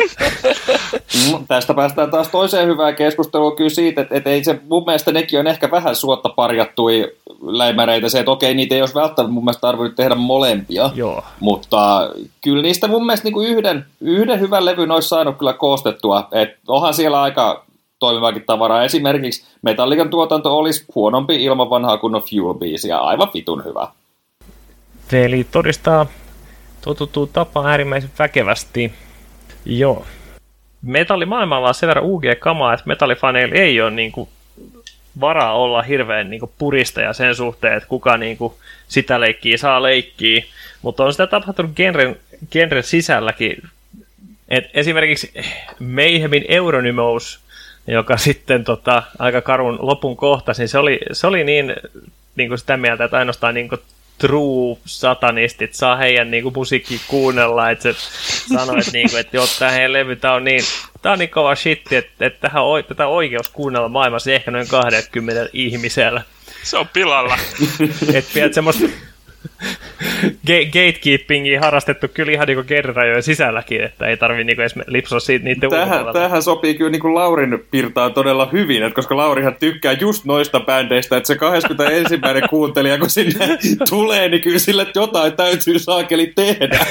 tästä päästään taas toiseen hyvään keskusteluun kyllä siitä, että ei se, mun mielestä nekin on ehkä vähän suotta parjattui läimäreitä. Se, että okei, niitä ei olisi välttämättä mun mielestä tarvinnut tehdä molempia. Joo. Mutta kyllä niistä mun mielestä niin kuin yhden hyvän levyn olisi saanut kyllä koostettua. Että onhan siellä aika toimivaakin tavaraa. Esimerkiksi Metallican tuotanto olisi huonompi ilman vanhaa kunnon Fuel-biisiä. Aivan vitun hyvä. Veli todistaa totuttua tapaa äärimmäisen väkevästi. Joo. Metallimaailmalla on sen verran UG-kamaa, että metallifaneilla ei ole niinku varaa olla hirveän niinku puristeja sen suhteen, että kuka niinku sitä leikkiä saa leikkiä. Mutta on sitä tapahtunut genren sisälläkin. Et esimerkiksi Mayhemin Euronymous, joka sitten aika karun lopun kohtasi, niin se oli niin kuin sitä mieltä, että ainoastaan niin kuin true satanistit saa heidän niin kuin musiikkia kuunnella, että se sanoi, että, niin kuin, että joo, tämä heidän levy, tämä on niin kova shitti, että tätä on oikeus kuunnella maailmassa ehkä noin 20 ihmisellä. Se on pilalla. Että pidät semmoista gatekeepingia harrastettu kyllä ihan niinku genrerajojen sisälläkin, että ei tarvitse niinku edes lipsua siitä niiden ulkopuolelta. Tähän sopii kyllä niinku Laurin pirtaan todella hyvin, että koska Laurihan tykkää just noista bändeistä, että se 21. kuuntelija, kun sinne tulee, niin kyllä sille jotain täytyy saakeli tehdä.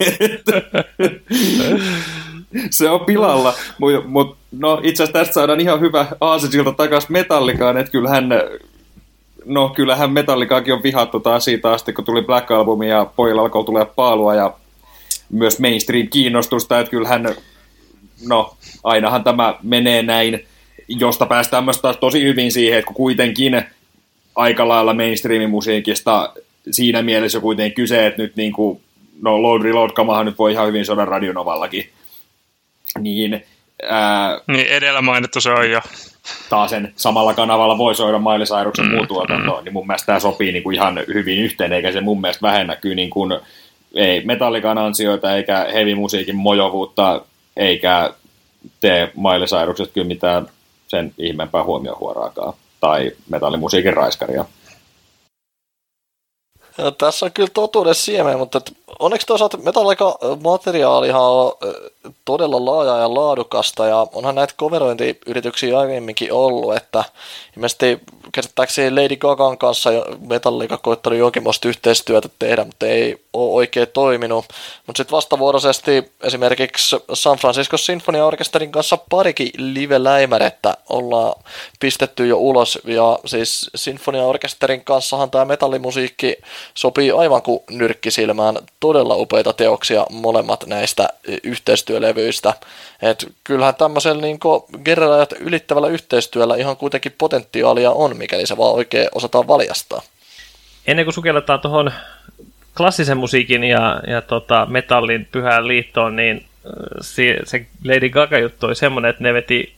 Se on pilalla, mutta no, itse asiassa tästä saadaan ihan hyvä aasinsilta takaisin Metallicaan, että kyllähän Metallicaakin on vihattu taas siitä asti, kun tuli Black Album ja pojilla alkoi tulee paalua ja myös mainstream-kiinnostusta, että kyllähän, ainahan tämä menee näin, josta päästään myös taas tosi hyvin siihen, että kun kuitenkin aika lailla mainstream-musiikista siinä mielessä kuitenkin kyse, että nyt niinku, Load Reload-kamahan nyt voi ihan hyvin soida Radionovallakin, niin edellä mainittu se on jo. Taas sen samalla kanavalla voi soida Miley Cyruksen muu tuotanto, niin mun mielestä tämä sopii niin kuin ihan hyvin yhteen, eikä se mun mielestä vähennä kyllä niin kuin, ei Metallican ansioita, eikä heavy-musiikin mojovuutta, eikä tee Miley Cyruksesta kyllä mitään sen ihmeempää huomiohuoraakaan, tai metallimusiikin raiskaria. Ja tässä on kyllä totuuden siemen, mutta onneksi toisaalta Metallica-materiaalihan on todella laajaa ja laadukasta, ja onhan näitä coverointiyrityksiä aiemminkin ollut, että ilmeisesti käsittääkseni Lady Gagan kanssa Metallica koittanut jonkinlaista yhteistyötä tehdä, mutta ei ole oikein toiminut. Mutta sitten vastavuoroisesti esimerkiksi San Francisco Symphony Orchestrin kanssa parikin live-läimärettä ollaan pistetty jo ulos, ja siis Symphony Orchestrin kanssahan tämä metallimusiikki sopii aivan kuin nyrkkisilmään todella upeita teoksia molemmat näistä yhteistyölevyistä. Et kyllähän tämmöisellä niin genrerajat ylittävällä yhteistyöllä ihan kuitenkin potentiaalia on, mikäli se vaan oikein osataan valjastaa. Ennen kuin sukelletaan tuohon klassisen musiikin ja metallin pyhään liittoon, niin se Lady Gaga-juttu oli semmoinen, että ne veti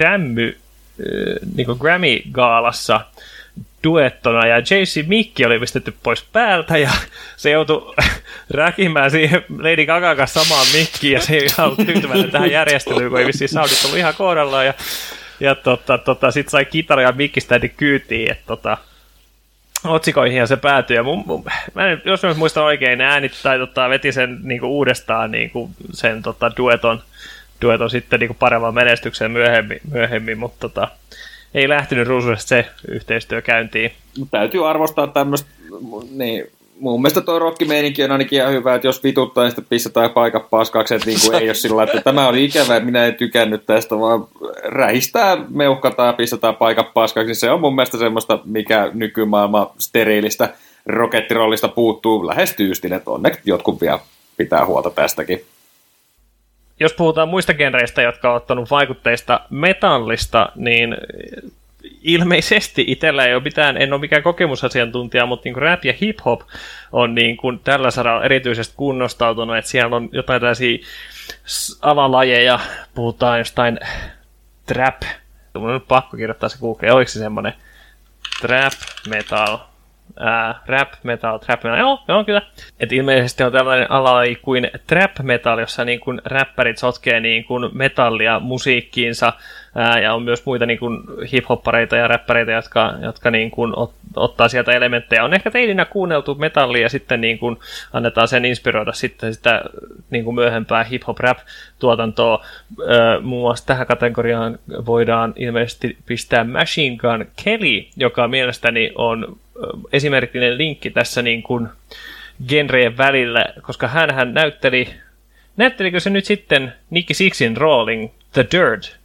Grammy-gaalassa duettona, ja JC Mikki oli pistetty pois päältä, ja se joutui räkimään siihen Lady Gagan kanssa samaan mikkiin, ja se ei ihan ollut tyytyväinen tähän järjestelyyn, kun ei vissiin soundit ollut ihan kohdallaan, ja sitten sai kitara ja mikkiständi kyytiin, että otsikoihin se päätyi, ja jos mä muistan oikein, ne äänit tai veti sen niinku uudestaan niinku sen dueton sitten niinku paremman menestyksen myöhemmin, mutta ei lähtenyt ruusuisesti se yhteistyö käyntiin. Täytyy arvostaa tämmöistä, niin mun mielestä toi rockimeininki on ainakin ihan hyvä, että jos vituttaa, niin sitten pistetään paikat paskaksi, että niin ei ole sillä että tämä oli ikävä, että minä en tykännyt tästä, vaan rähistää, meuhkataan ja pistetään paikat paskaksi, niin se on mun mielestä semmoista, mikä nykymaailman steriilistä rokettirollista puuttuu lähes tyystin, että onneksi jotkut vielä pitää huolta tästäkin. Jos puhutaan muista genreistä, jotka on ottanut vaikutteista metallista, niin ilmeisesti itsellä ei ole mitään, en ole mikään kokemusasiantuntija, mutta niin kuin rap ja hip-hop on niin kuin tällä saralla erityisesti kunnostautunut, että siellä on jotain tällaisia alalajeja, puhutaan jostain trap, mun on nyt pakko kirjoittaa se Google, oliko se semmoinen trap metal, rap metal, trap metal, joo kyllä. Et ilmeisesti on tällainen alalaji kuin trap metal, jossa niin kuin räppärit sotkee niin kuin metallia musiikkiinsa, ja on myös muita niin kuin hip-hoppareita ja räppäreitä, jotka niin kuin ottaa sieltä elementtejä. On ehkä teininä kuunneltu metallia ja sitten niin kuin annetaan sen inspiroida sitten sitä niin kuin myöhempää hip-hop-rap-tuotantoa. Muun muassa tähän kategoriaan voidaan ilmeisesti pistää Machine Gun Kelly, joka mielestäni on esimerkillinen linkki tässä niin kuin genreen välillä, koska hänhän näyttelikö se nyt sitten Nicky Sixin roolin The Dirt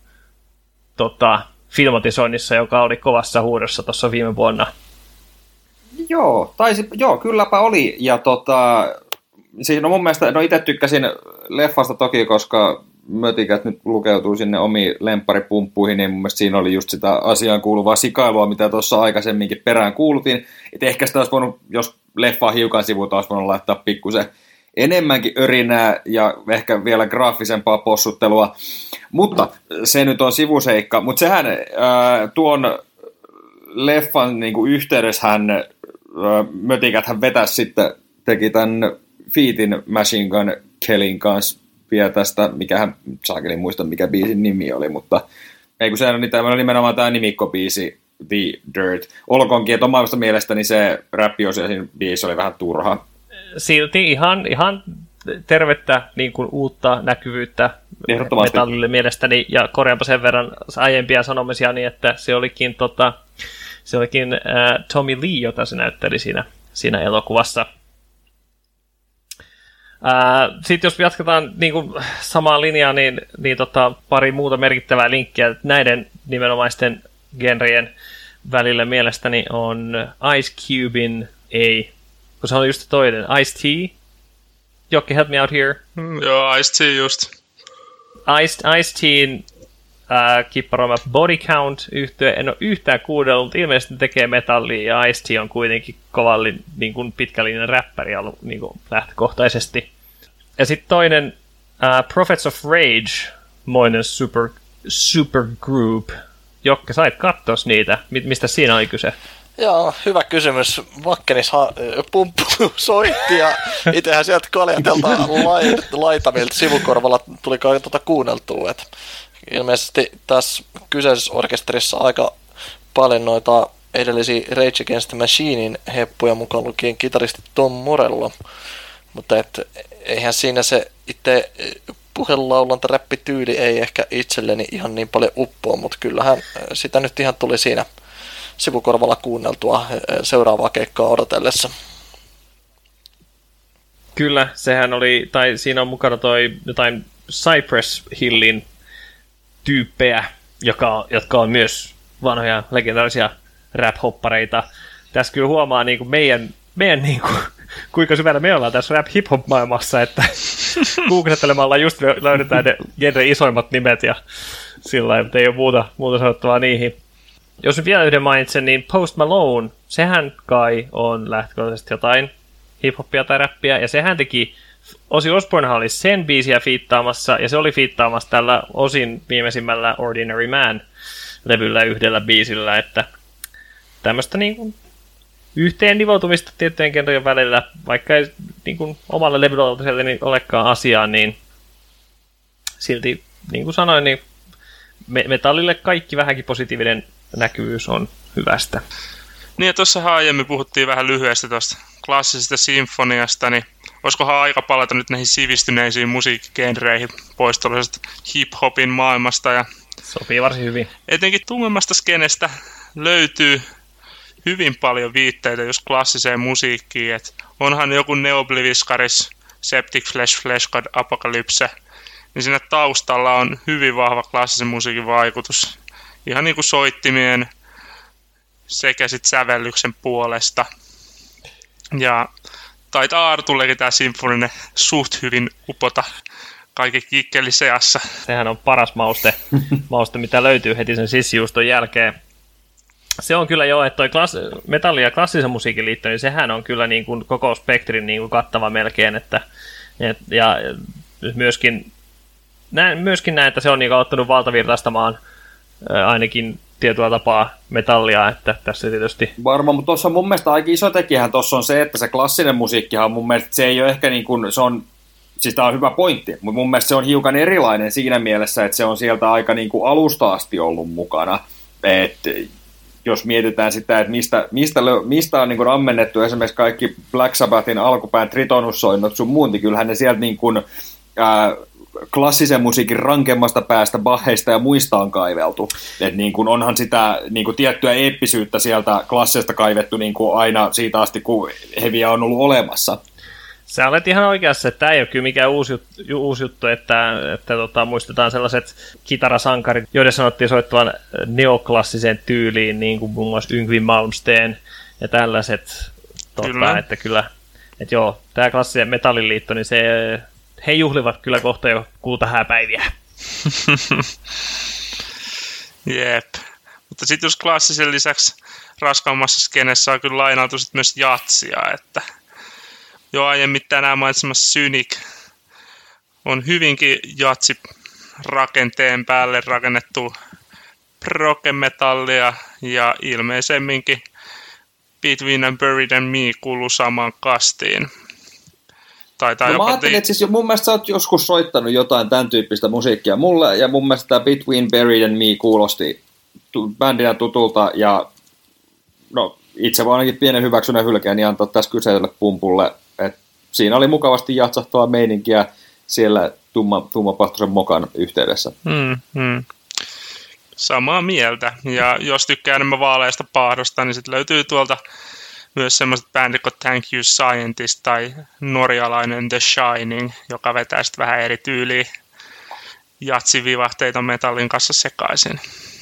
filmatisoinnissa, joka oli kovassa huudossa tuossa viime vuonna. Joo, kylläpä oli. Ja siinä mun mielestä, itse tykkäsin leffasta toki, koska mötikät nyt lukeutuu sinne omiin lempparipumppuihin, niin mun mielestä siinä oli just sitä asiaan kuuluvaa sikailua, mitä tuossa aikaisemminkin perään kuulutin. Että ehkä sitä olisi voinut, jos leffaa hiukan sivuta, olisi voinut laittaa pikkusen enemmänkin örinää ja ehkä vielä graafisempaa possuttelua. Mutta se nyt on sivuseikka. Mutta sehän tuon leffan niin kuin yhteydessähän mötikäthän vetäisi sitten, teki tämän featin Machine Gun Kellyn kanssa vielä tästä, mikähän saakelin muista, mikä biisin nimi oli, mutta ei kun sehän on nimenomaan tämä nimikkobiisi The Dirt. Olkoonkin, että omasta mielestäni se räppiosio siinä biisissä oli vähän turha. Silti ihan tervettä niin kuin uutta näkyvyyttä metallille mielestäni, ja korjaanpa sen verran aiempia sanomisia, niin että se olikin Tommy Lee, jota se näytteli siinä elokuvassa. Sitten jos jatketaan niin kuin samaa linjaa, niin pari muuta merkittävää linkkiä näiden nimenomaisten genrien välillä mielestäni on Ice Cubein kun se on just toinen, Ice-T. Jokki, help me out here. Joo, Ice-T just. Ice-T:n kipparoima Body Count -yhtye, en ole yhtään kuunnellut, mutta ilmeisesti tekee metallia, ja Ice-T on kuitenkin kovallin niin kuin pitkällinen räppäri ollut niin kuin lähtökohtaisesti. Ja sitten toinen Prophets of Rage, moinen supergroup. Jokke, sait katsoa niitä. Mistä siinä oli kyse? Joo, hyvä kysymys. Vakkenis pumppu soitti ja itsehän sieltä kaljantelta laitamilta sivukorvalla tuli kuunneltua. Et ilmeisesti tässä kyseisessä orkesterissa aika paljon noita edellisiä Rage Against the Machinein heppuja, mukaan lukien kitaristi Tom Morello. Mutta eihän siinä se itse puhelaulanta räppityyli ei ehkä itselleni ihan niin paljon uppoa, mutta kyllähän sitä nyt ihan tuli siinä sivukorvalla kuunneltua seuraavaa keikkaa odotellessa. Kyllä, sehän oli, tai siinä on mukana jotain Cypress Hillin tyyppejä, jotka on myös vanhoja legendaarisia rap-hoppareita. Tässä kyllä huomaa niin kuin meidän niin kuin kuinka syvällä me ollaan tässä rap-hip-hop-maailmassa, että googlettelemalla just löydetään ne genre isoimmat nimet ja sillä lailla, mutta ei ole muuta sanottavaa niihin. Jos nyt vielä yhden mainitsen, niin Post Malone, sehän kai on lähtökohtaisesti jotain hip-hoppia tai räppiä, ja sehän teki, Ozzy Osbournehan oli sen biisiä fiittaamassa, ja se oli fiittaamassa tällä Ozyn viimeisimmällä Ordinary Man-levyllä yhdellä biisillä, että tämmöistä niin kuin yhteen nivoutumista tiettyjen genrien välillä, vaikka ei niin kuin omalla levyllä niin olekaan asiaa, niin silti, niin kuin sanoin, niin metallille kaikki vähänkin positiivinen näkyvyys on hyvästä. Niin ja tuossa aiemmin puhuttiin vähän lyhyesti tuosta klassisesta sinfoniasta, niin olisikohan aika palata nyt näihin sivistyneisiin musiikkigenreihin pois tuollaisesta hip-hopin maailmasta. Ja sopii varsin hyvin. etenkin tummemmasta skenestä löytyy hyvin paljon viitteitä just klassiseen musiikkiin. Et onhan joku Neobliviscaris, Septic Flesh, Flesh God, Apocalypse, niin siinä taustalla on hyvin vahva klassisen musiikin vaikutus. Ihan niin kuin soittimien sekä sitten sävellyksen puolesta. Ja taitaa Artullekin tämä sinfoninen suht hyvin upota kaiken kikkeli seassa. Sehän on paras mauste, mitä löytyy heti sen sissijuuston jälkeen. Se on kyllä jo, että toi metalli- ja klassisen musiikin liitto, niin sehän on kyllä niin kuin koko spektrin niin kuin kattava melkein. Ja myöskin näin, että se on niin kuin ottanut valtavirtaistamaan ainakin tietyllä tapaa metallia, että tässä tietysti... Varmaan, mutta tuossa mun mielestä aika iso tekijähän tuossa on se, että se klassinen musiikkihan mun mielestä se ei ole ehkä niin kuin, se on, siis tämä on hyvä pointti, mutta mun mielestä se on hiukan erilainen siinä mielessä, että se on sieltä aika niin kuin alusta asti ollut mukana, että jos mietitään sitä, että mistä on niin kuin ammennettu esimerkiksi kaikki Black Sabbathin alkupään Tritonus-soinnot sun muunti, kyllähän ne sieltä niin kuin, klassisen musiikin rankemmasta päästä Bacheista ja muista on kaiveltu. Et niin kuin onhan sitä niin kuin tiettyä eeppisyyttä sieltä klassista kaivettu niin kuin aina siitä asti, kun heviä on ollut olemassa. Sä olet ihan oikeassa, että tämä ei ole kyllä mikään uusi juttu, että muistetaan sellaiset kitarasankarit, joiden sanottiin soittavan neoklassiseen tyyliin, niin kuin muun muassa Yngwie Malmsteen ja tällaiset. Että kyllä, että joo, tämä klassinen metalliliitto, niin he juhlivat kyllä kohta jo kultahääpäiviä. Jep. Mutta sitten jos klassisen lisäksi raskaammassa skenessä on kyllä lainailtu sit myös jatsia, että jo aiemmin tänään mainitsemassa Cynic on hyvinkin jatsi-rakenteen päälle rakennettu proge-metallia ja ilmeisemminkin Between and Buried and Me kuuluu samaan kastiin. Mä ajattelin, että siis mun mielestä sä oot joskus soittanut jotain tämän tyyppistä musiikkia mulle, ja mun mielestä tämä Between Buried and Me kuulosti bändinä tutulta, ja no itse vaan ainakin pienen hyväksynnän hylkeen niin antaa tässä kyseiselle pumpulle, että siinä oli mukavasti jatsahtavaa meininkiä siellä tummapahtoisen mokan yhteydessä. Samaa mieltä, ja jos tykkää enemmän vaaleista paahdosta, niin sitten löytyy tuolta myös semmoiset bändit kuin Thank You Scientist tai norjalainen The Shining, joka vetää sitten vähän eri tyyliä jatsivivahteita metallin kanssa sekaisin.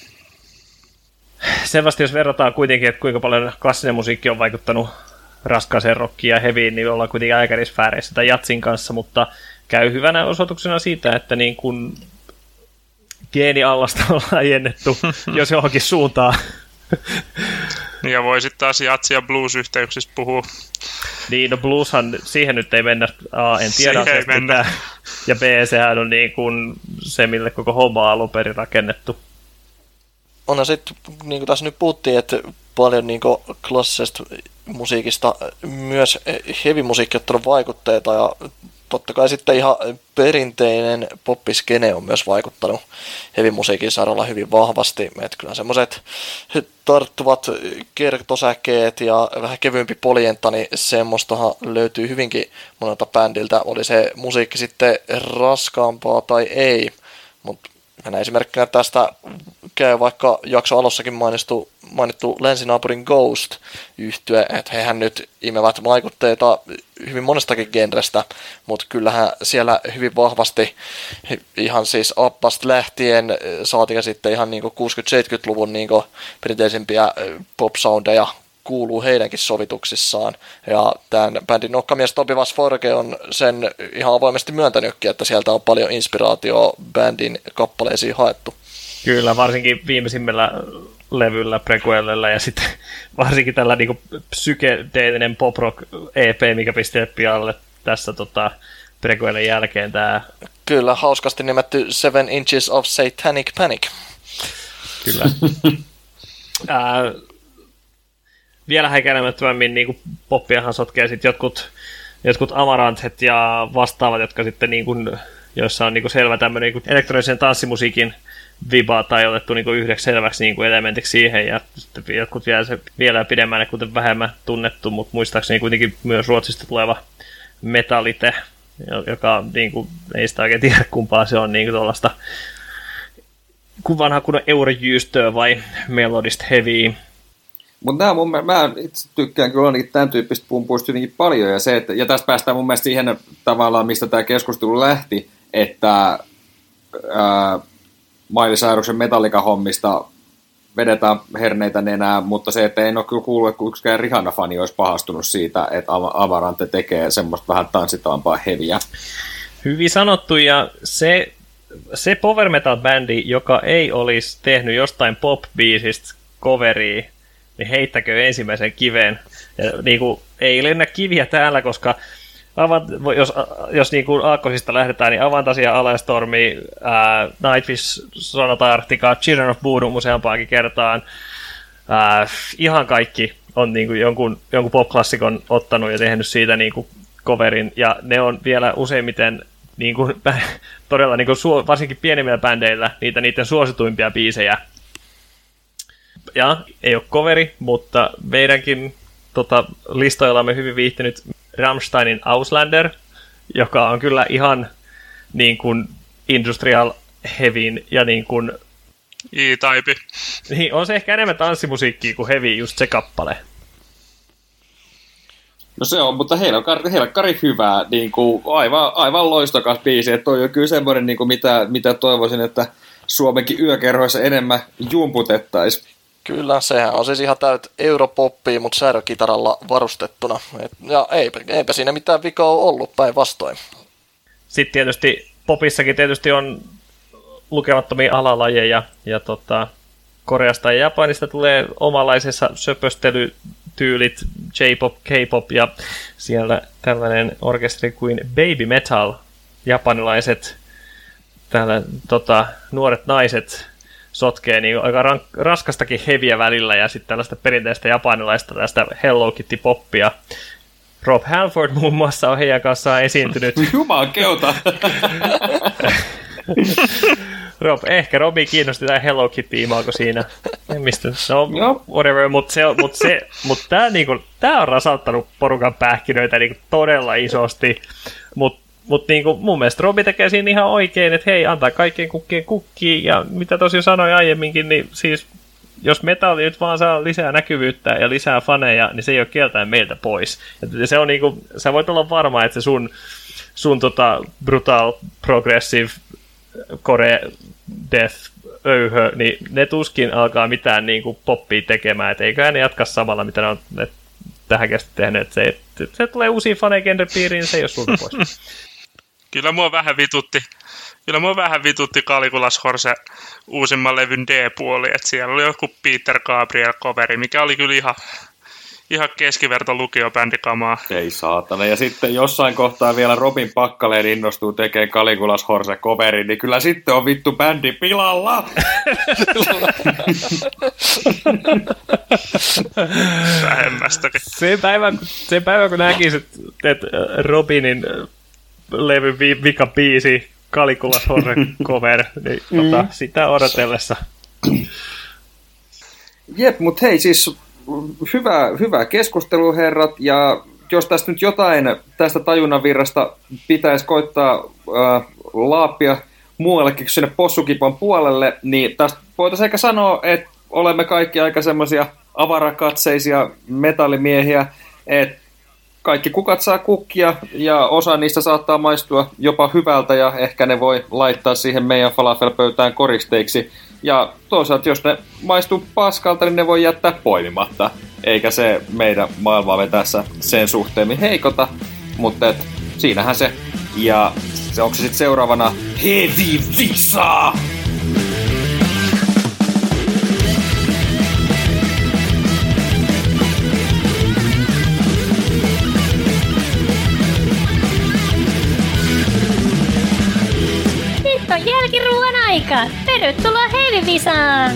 Selvästi jos verrataan kuitenkin, että kuinka paljon klassinen musiikki on vaikuttanut raskaaseen rockiin ja heavyyn, niin ollaan kuitenkin aika eri sfääreissä tai jatsin kanssa, mutta käy hyvänä osoituksena siitä, että niin kun geeniallasta on laajennettu, jos johonkin suuntaan. Ja voi sitten taas jatsi- ja blues-yhteyksissä puhua. Niin, no blueshan, siihen nyt ei mennä, en tiedä mennä. Ja B, sehän on niin kuin se, mille koko homma on alun perin rakennettu. Onhan sitten, niin kuin tässä nyt puhuttiin, että paljon niin klassisesta musiikista myös heavy-musiikki on ottanut vaikutteita, ja totta kai sitten ihan perinteinen poppiskene on myös vaikuttanut heavy-musiikin saralla hyvin vahvasti. Että kyllä semmoiset tarttuvat kertosäkeet ja vähän kevyempi poljentta, niin semmoistahan löytyy hyvinkin monelta bändiltä. Oli se musiikki sitten raskaampaa tai ei, mutta esimerkkinä tästä käy vaikka jakso alussakin mainittu länsinaapurin Ghost-yhtye, että hehän nyt imevät vaikutteita hyvin monestakin genrestä, mutta kyllähän siellä hyvin vahvasti ihan siis Abbasta lähtien saatiin sitten ihan niinku 60-70-luvun niinku perinteisimpiä pop-soundeja kuuluu heidänkin sovituksissaan. Ja tämän bändin nokkamies Tobias Forge on sen ihan avoimesti myöntänytkin, että sieltä on paljon inspiraatioa bändin kappaleisiin haettu. Kyllä, varsinkin viimeisimmällä levyllä, Prequelilla, ja sitten varsinkin tällä niinku psykedeellinen pop-rock EP, mikä pisti pialle tässä Prequelin jälkeen tämä. Kyllä, hauskasti nimetty 7 Inches of Satanic Panic. Kyllä. Vielä häikäilemättömämmin niin poppiahan sotkee sitten jotkut amaranthet ja vastaavat, jotka sitten joissa on selvä tämmöinen elektronisen tanssimusiikin viba tai otettu yhdeksi selväksi elementiksi siihen, ja sitten jotkut vielä pidemmälle, kuten vähemmän tunnettu, mutta muistaakseni kuitenkin myös Ruotsista tuleva Metallite, joka ei sitä oikein tiedä kumpaa se on tuollaista vanha kunnon eurojyystöä vai melodista heavy. Mutta mä itse tykkään kyllä ainakin tämän tyyppistä pumpuista hyvinkin paljon, ja tästä päästään mun mielestä siihen tavallaan, mistä tämä keskustelu lähti, että Miley Cyrusen Metallica-hommista vedetään herneitä nenää, mutta se, että en ole kyllä kuullut, että yksikään Rihanna-fani olisi pahastunut siitä, että Amarante tekee semmoista vähän tanssitavampaa heviä. Hyvin sanottu, ja se power metal-bändi, joka ei olisi tehnyt jostain pop-biisistä coveria, niin heittäkö ensimmäisen kiven. Ja ei lennä kiviä täällä, koska jos aakkosista lähdetään, niin Avantasia, Alestormi, Nightwish, Sonata Arctica, Children of Bodom useampaankin kertaan. Ihan kaikki on jonkun pop-klassikon ottanut ja tehnyt siitä coverin, ja ne on vielä useimmiten todella varsinkin pienimmillä bändeillä niiden suosituimpia biisejä. Ja ei ole coveri, mutta meidänkin listoillamme hyvin viihtynyt Rammsteinin Auslander, joka on kyllä ihan industrial heavyn ja E-Type. Niin, on se ehkä enemmän tanssimusiikkia kuin heavy, just se kappale. No se on, mutta helkkari hyvää, aivan loistokas biisi, että toi on kyllä semmoinen, mitä toivoisin, että Suomenkin yökerhoissa enemmän jumputettaisiin. Kyllä, sehän on siis ihan täyt europoppia, mutta säädökitaralla varustettuna. Ja eipä siinä mitään vikaa ole ollut, päinvastoin. Sitten tietysti popissakin on lukemattomia alalajeja, ja Koreasta ja Japanista tulee omanlaisessa söpöstelytyylit, J-pop, K-pop, ja siellä tällainen orkesteri kuin Baby Metal, japanilaiset täällä, nuoret naiset sotkee aika raskastakin heviä välillä, ja sitten tällaista perinteistä japanilaista tästä Hello Kitty-poppia. Rob Halford muun muassa on heidän kanssaan esiintynyt. Jumakeuta! Ehkä Robi kiinnosti tämä Hello Kitty-imaako siinä. Mistä? No, whatever, mutta tämä on rasauttanut porukan pähkinöitä todella isosti, mutta mun mielestä Robi tekee siinä ihan oikein, että hei, antaa kaikkien kukkien kukkiin, ja mitä tosiaan sanoin aiemminkin, niin siis jos metalli nyt vaan saa lisää näkyvyyttä ja lisää faneja, niin se ei ole kieltäen meiltä pois. Ja se on sä voit olla varma, että se sun brutal, progressive, core, death, öyhö, niin ne tuskin alkaa mitään poppia tekemään, et eiköhän ne jatka samalla, mitä ne on tähän kestä tehnyt, että se tulee uusiin fanegenrepiiriin, se ei ole sulta pois. Kyllä mua vähän vitutti Kalikulas Horse uusimman levyn D-puoli, että siellä oli joku Peter Gabriel-coveri, mikä oli kyllä ihan keskiverto lukiobändikamaa. Ei saatana. Ja sitten jossain kohtaa vielä Robin Pakkaleen innostuu tekemään Kalikulas Horse-coverin, niin kyllä sitten on vittu bändi pilalla! Vähemmästäkin. Se päivä, kun näkisit, että Robinin levyn vika biisi Kalikulas Horse cover, niin sitä odotellessa. Jep, mutta hei, siis hyvä keskustelu, herrat, ja jos tästä nyt jotain tästä tajunnan virrasta pitäisi koittaa laapia muuallekin kuin sinne possukipan puolelle, niin tästä voitaisiin ehkä sanoa, että olemme kaikki aika semmoisia avarakatseisia metallimiehiä, että kaikki kukat saa kukkia ja osa niistä saattaa maistua jopa hyvältä ja ehkä ne voi laittaa siihen meidän falafelpöytään koristeiksi. Ja toisaalta jos ne maistuu paskalta, niin ne voi jättää poimimatta. Eikä se meidän maailmaa tässä sen suhteen heikota, mutta siinähän se. Ja onko se sitten seuraavana Heavy Visa? Nyt on jälkiruuan aika. Tervetuloa Heavy-Visaan!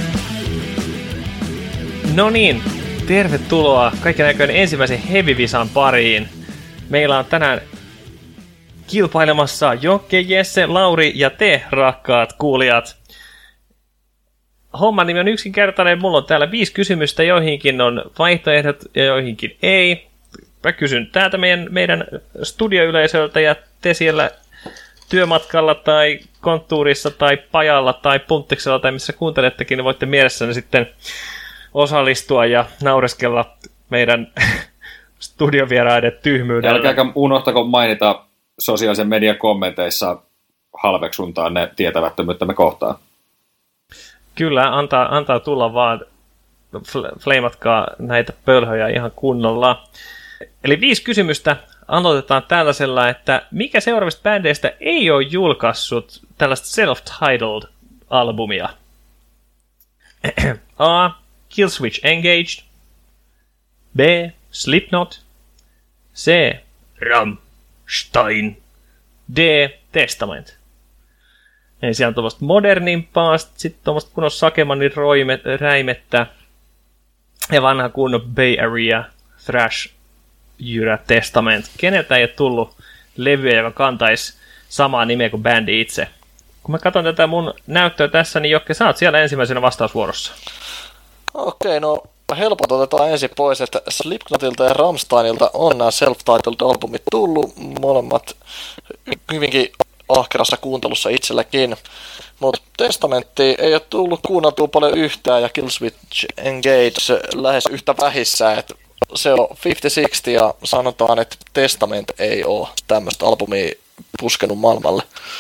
No niin, tervetuloa kaikennäköinen ensimmäisen Heavy-Visan pariin. Meillä on tänään kilpailemassa Jokke, Jesse, Lauri ja te, rakkaat kuulijat. Homman nimi on yksinkertainen. Mulla on täällä 5 kysymystä, joihinkin on vaihtoehdot ja joihinkin ei. Mä kysyn täältä meidän studioyleisöltä ja te siellä työmatkalla tai konttuurissa tai pajalla tai punttiksella tai missä kuuntelettekin, niin voitte mielessänne sitten osallistua ja naureskella meidän studiovieraiden tyhmyydellä. Älkääkä unohtako mainita sosiaalisen median kommenteissa halveksuntaa ne tietämättömyyttä me kohtaan. Kyllä, antaa tulla vaan, fleimatkaa näitä pölhöjä ihan kunnolla. Eli 5 kysymystä. Aloitetaan tällaisella, että mikä seuraavista bändeistä ei ole julkaissut tällaista self-titled albumia? A. Killswitch Engaged. B. Slipknot. C. Rammstein. D. Testament. Eli siellä on tuommoista modernimpaa, sitten tuommoista kunnon Sakemanin räimettä ja vanha kunnon Bay Area thrash jyrä Testament. Keneltä ei ole tullut levyä, joka kantaisi samaa nimeä kuin bändi itse? Kun mä katson tätä mun näyttöä tässä, niin Jokke, sä oot siellä ensimmäisenä vastausvuorossa. Okei, no helpot otetaan ensin pois, että Slipknotilta ja Rammsteinilta on nämä self-titled albumit tullut, molemmat hyvinkin ahkerassa kuuntelussa itselläkin, mutta Testamentti ei ole tullut kuunneltua paljon yhtään ja Killswitch Engage lähes yhtä vähissä, että se on 50-60 ja sanotaan, että Testament ei ole tämmöistä albumia puskenut maailmalle.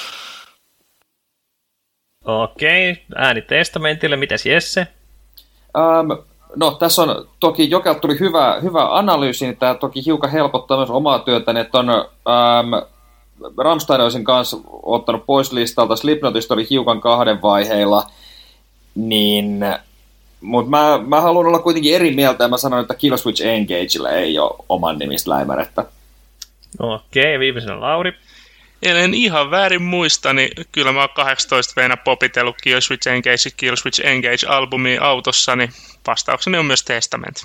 Okei, ääni Testamentille. Mitäs Jesse? No tässä on toki Jokelta tuli hyvä analyysi, niin tämä toki hiukan helpottaa myös omaa työtäni, että on Rammstein olisin kanssa ottanut pois listalta, Slipknotista oli hiukan 2 vaiheilla, niin mutta mä haluan olla kuitenkin eri mieltä ja mä sanon, että Killswitch Engagella ei ole oman nimistä läimärettä. Okei, viimeisenä Lauri. En ihan väärin muista, niin kyllä mä oon 18 vuonna popitellut Killswitch Engage-albumia autossa, niin vastaukseni on myös Testament.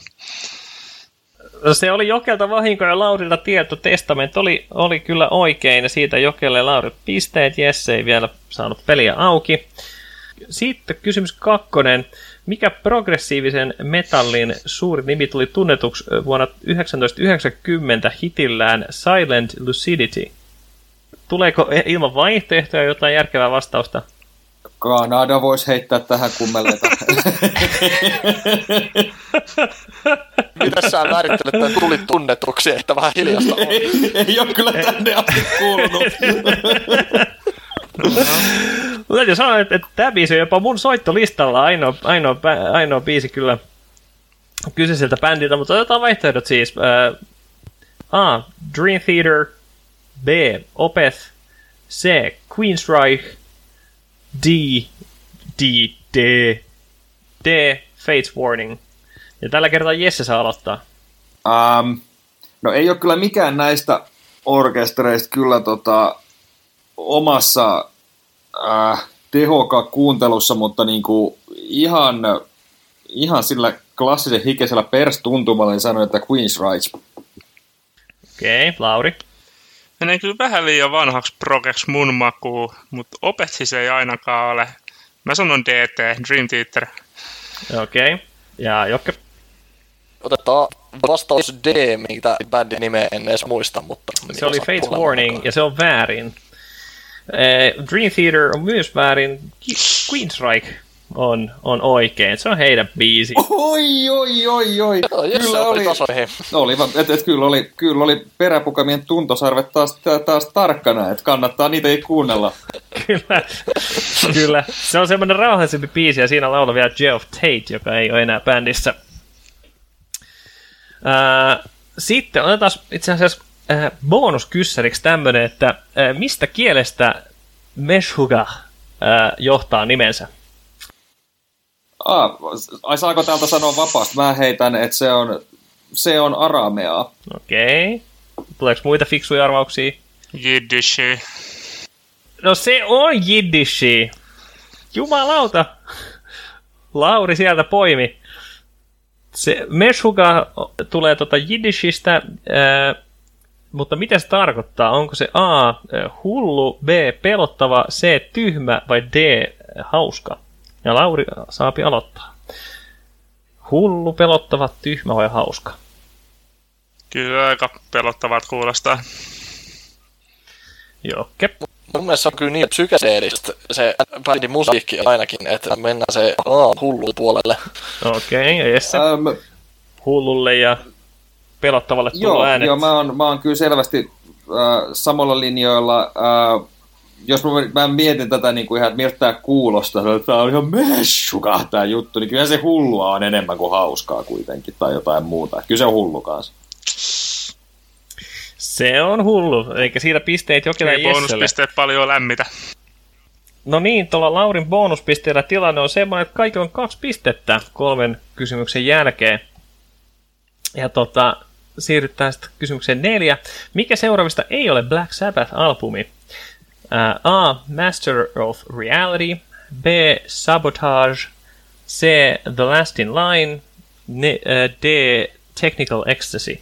Se oli Jokelta vahinko ja Laurilta tieto. Testament oli kyllä oikein ja siitä Jokelle ja Laurit pisteet. Jesse ei vielä saanut peliä auki. Sitten kysymys 2. Mikä progressiivisen metallin suuri nimi tuli tunnetuksi vuonna 1990 hitillään Silent Lucidity? Tuleeko ilman vaihtoehtoja jotain järkevää vastausta? Kanada voisi heittää tähän kummeleita. Mitä sä määrittelet, että tuli tunnetuksi, että vähän hiljasta on? Ei ole kyllä tänne asti kuulunut. Mutta täytyy sanoa, että tämä biisi on jopa mun soittolistalla ainoa biisi kyllä kyseiseltä bändiltä, mutta otetaan vaihtoehdot siis. A. Dream Theater. B. Opeth. C. Queensryche. D. Fates Warning. Ja tällä kertaa Jesse saa aloittaa. No ei ole kyllä mikään näistä orkestereista kyllä omassa tehokkaan kuuntelussa, mutta niinku ihan sillä klassisen hikeisellä perstuntumalla niin sanoin, että Queensryche. Okei, Lauri. Menee kyllä vähän liian vanhaksi progeksi mun makuun, mutta Opeth se ei ainakaan ole. Mä sanon DT, Dream Theater. Okei, ja Jokke? Otetaan vastaus D, mitä bändin nimeä en edes muista, mutta... Se oli Fates Warning, ja se on väärin. Dream Theater on myös väärin. Queensryche on oikein. Se on heidän biisi. Oi. Kyllä oli. Kyllä oli peräpukamien tuntosarvet taas tarkkana, että kannattaa niitä ei kuunnella. Kyllä. Se on semmoinen rauhallisempi biisi ja siinä laulaa vielä Geoff Tate, joka ei ole enää bändissä. Sitten otetaan itse asiassa bonuskyssäriks tämmönen, että mistä kielestä Meshuggah johtaa nimensä? Saako täältä sanoa vapaasti? Mä heitän, että se on arameaa. Okei. Tuleeko muita fiksuja arvauksia? Jiddishi. No se on jiddishi. Jumalauta. Lauri sieltä poimi. Se Meshuggah tulee jiddishistä, mutta mitä se tarkoittaa? Onko se A, hullu, B, pelottava, C, tyhmä vai D, hauska? Ja Lauri saapi aloittaa. Hullu, pelottava, tyhmä vai hauska? Kyllä aika pelottavat kuulostaa. Jokke. Mun mielestä se on kyllä niin psykedeellistä se bändin musiikki ainakin, että mennään se hullu puolelle. Okei, ja Jesse? Hullulle ja pelottavalle tullut äänet. Joo, mä oon kyllä selvästi samalla linjoilla. Jos mä mietin tätä niin kuin ihan, että miltä tämä kuulostaa, että tämä on ihan Meshuggah tämä juttu, niin kyllä se hullua on enemmän kuin hauskaa kuitenkin, tai jotain muuta. Kyllä se on hullu kanssa. Se on hullu, eikä siitä pisteet Jokelle ja Jesselle. Bonuspisteet paljon lämmitä. No niin, tuolla Laurin bonuspisteellä tilanne on semmoinen, että kaikilla on 2 pistettä 3 kysymyksen jälkeen. Ja siirrytään sitten kysymykseen 4. Mikä seuraavista ei ole Black Sabbath-albumi? A. Master of Reality, B. Sabotage, C. The Last in Line, D. Technical Ecstasy.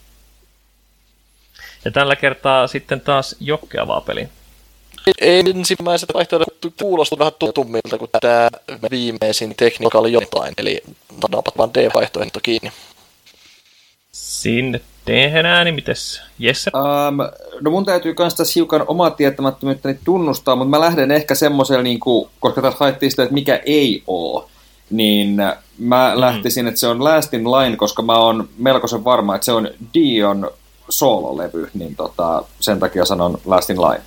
Ja tällä kertaa sitten taas Jokke avaa pelin. Ensimmäiset vaihtoehdot kuulostuu vähän tutummilta kuin tämä viimeisin Technical jotain, eli napat vaan D-vaihtoehto kiinni. Sinne tehdään ääni, mites Jesse? No mun täytyy kans tässä hiukan omaa tietämättömyyttäni tunnustaa, mutta mä lähden ehkä semmoisella, niin koska tässä haettiin sitä, että mikä ei oo, niin mä lähtisin, että se on Last in Line, koska mä oon melkoisen varma, että se on Dion soololevy, niin sen takia sanon Last in Line.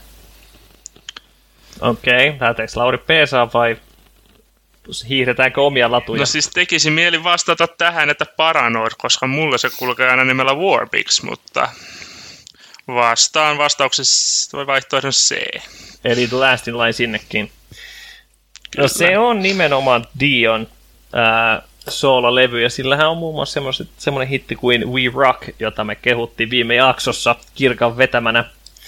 Okei, lähteekö Lauri peesaa vai hiihdetäänkö omia latuja? No siis tekisi mieli vastata tähän, että Paranoid, koska mulle se kulkee aina nimellä Warpigs, mutta vastaan vastauksessa vaihtoehdon C. Eli The Last in Line sinnekin. Kyllä. No se on nimenomaan Dion soololevy, ja sillähän on muun muassa semmoinen hitti kuin We Rock, jota me kehuttiin viime jaksossa Kirkan vetämänä.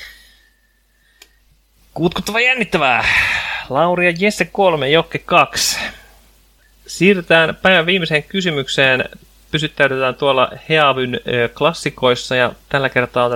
Kutkuttava jännittävää. Lauri ja Jesse 3, Jokke 2. Siirrytään päivän viimeiseen kysymykseen. Pysyttäydytään tuolla Heavyn klassikoissa, ja tällä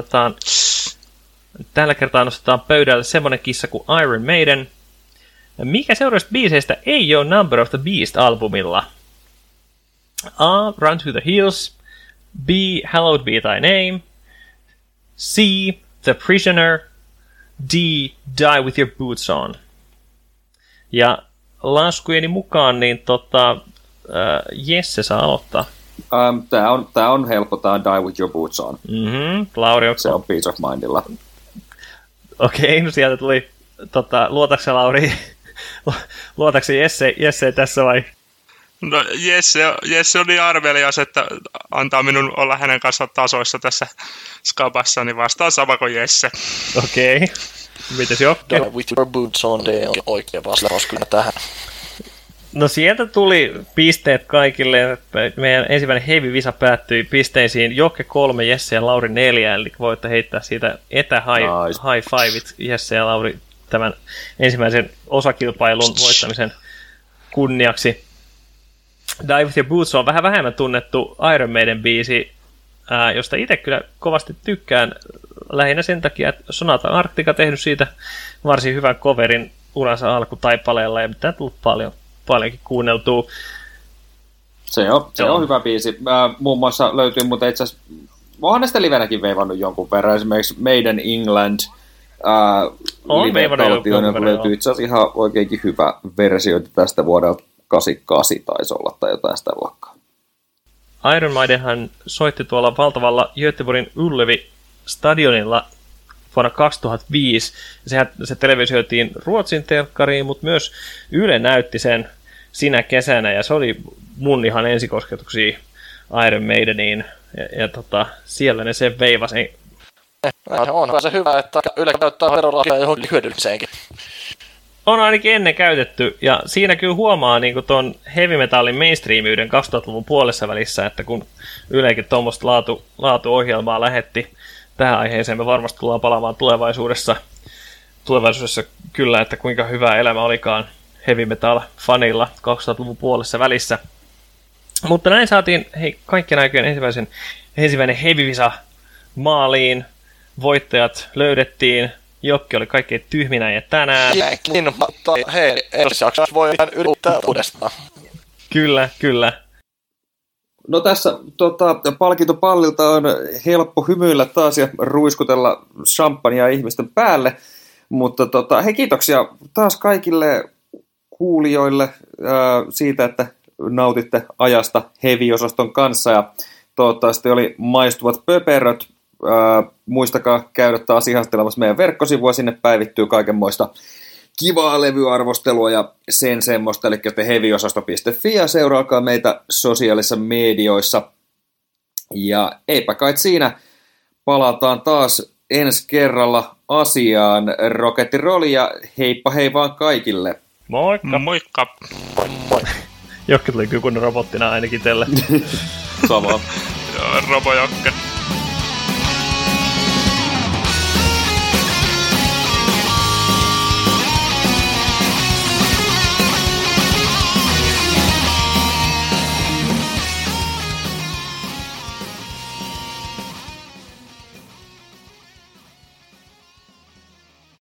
kertaa nostetaan pöydälle semmonen kissa kuin Iron Maiden. Mikä seuraavista biiseistä ei ole Number of the Beast-albumilla? A. Run to the Hills, B. Hallowed be thy name, C. The Prisoner, D. Die with your boots on. Ja laskujeni mukaan, niin Jesse saa aloittaa. Tää on helppo, tää on Die with your boots on. Lauri, se on Peace of Mindilla. Okei, no sieltä tuli, luotatko sä Lauri, luotatko sä Jesse tässä vai? No Jesse on niin arvelias, että antaa minun olla hänen kanssaan tasoissa tässä skabassa, niin vastaan sama kuin Jesse. Okei. Mites Jokke? With your boots on D on oikea vastaus kyllä tähän. No sieltä tuli pisteet kaikille. Meidän ensimmäinen heavy-visa päättyi pisteisiin Jokke 3, Jesse ja Lauri 4, eli voitte heittää siitä high fiveit Jesse ja Lauri tämän ensimmäisen osakilpailun voittamisen kunniaksi. Die with your boots on vähän vähemmän tunnettu Iron Maiden biisi, josta itse kyllä kovasti tykkään. Lähinnä sen takia, että Sonata Arctica tehnyt siitä varsin hyvän coverin uransa alkutaipaleella, ja mitä tullut paljonkin kuunneltua. Se on hyvä biisi. Muun muassa löytyy, mutta itse asiassa onhan ne sitä livenäkin veivannut jonkun verran. Esimerkiksi Made in England live-taltioon, joka löytyy itse asiassa ihan oikeinkin hyvä versio tästä vuodelta 88 taisi olla tai jotain sitä luokkaa. Iron Maidenhan soitti tuolla valtavalla Göteborgin Ullevi-stadionilla vuonna 2005. Se televisioitiin Ruotsin telkkariin, mutta myös Yle näytti sen sinä kesänä, ja se oli mun ihan ensikosketuksia Iron Maideniin, ja siellä ne sen veivasi. On se hyvä, että Yle käyttää verorahaa johonkin hyödylliseenkin. On ainakin ennen käytetty, ja siinä kyllä huomaa niin tuon heavy metallin mainstreamiyden 2000-luvun puolessa välissä, että kun Ylekin tuommoista laatuohjelmaa lähetti tähän aiheeseen, me varmasti tullaan palaamaan tulevaisuudessa kyllä, että kuinka hyvä elämä olikaan heavy metal-fanilla 2000-luvun puolessa välissä. Mutta näin saatiin kaikkien aikojen ensimmäinen heavy-visa maaliin, voittajat löydettiin, Jokki oli kaikkein tyhminä ja tänään. Mutta hei, ensi jaksossa voi yrittää uudestaan. Kyllä. No tässä palkintopallilta on helppo hymyillä taas ja ruiskutella champagnea ihmisten päälle, mutta hei, kiitoksia taas kaikille kuulijoille siitä, että nautitte ajasta heavy-osaston kanssa, ja toivottavasti oli maistuvat pöperöt. Muistakaa käydä taas ihastelemassa meidän verkkosivua, sinne päivittyy kaikenmoista kivaa levyarvostelua ja sen semmoista, eli heavyosasto.fi, ja seuraakaa meitä sosiaalisissa medioissa. Ja eipä kai siinä, palataan taas ensi kerralla asiaan. Rock'n'roll ja heippa hei vaan kaikille. Moikka! Moikka! Moi. Jokki tuli kyllä kun robottina ainakin tälle. Samaa. Joo, Robojokke.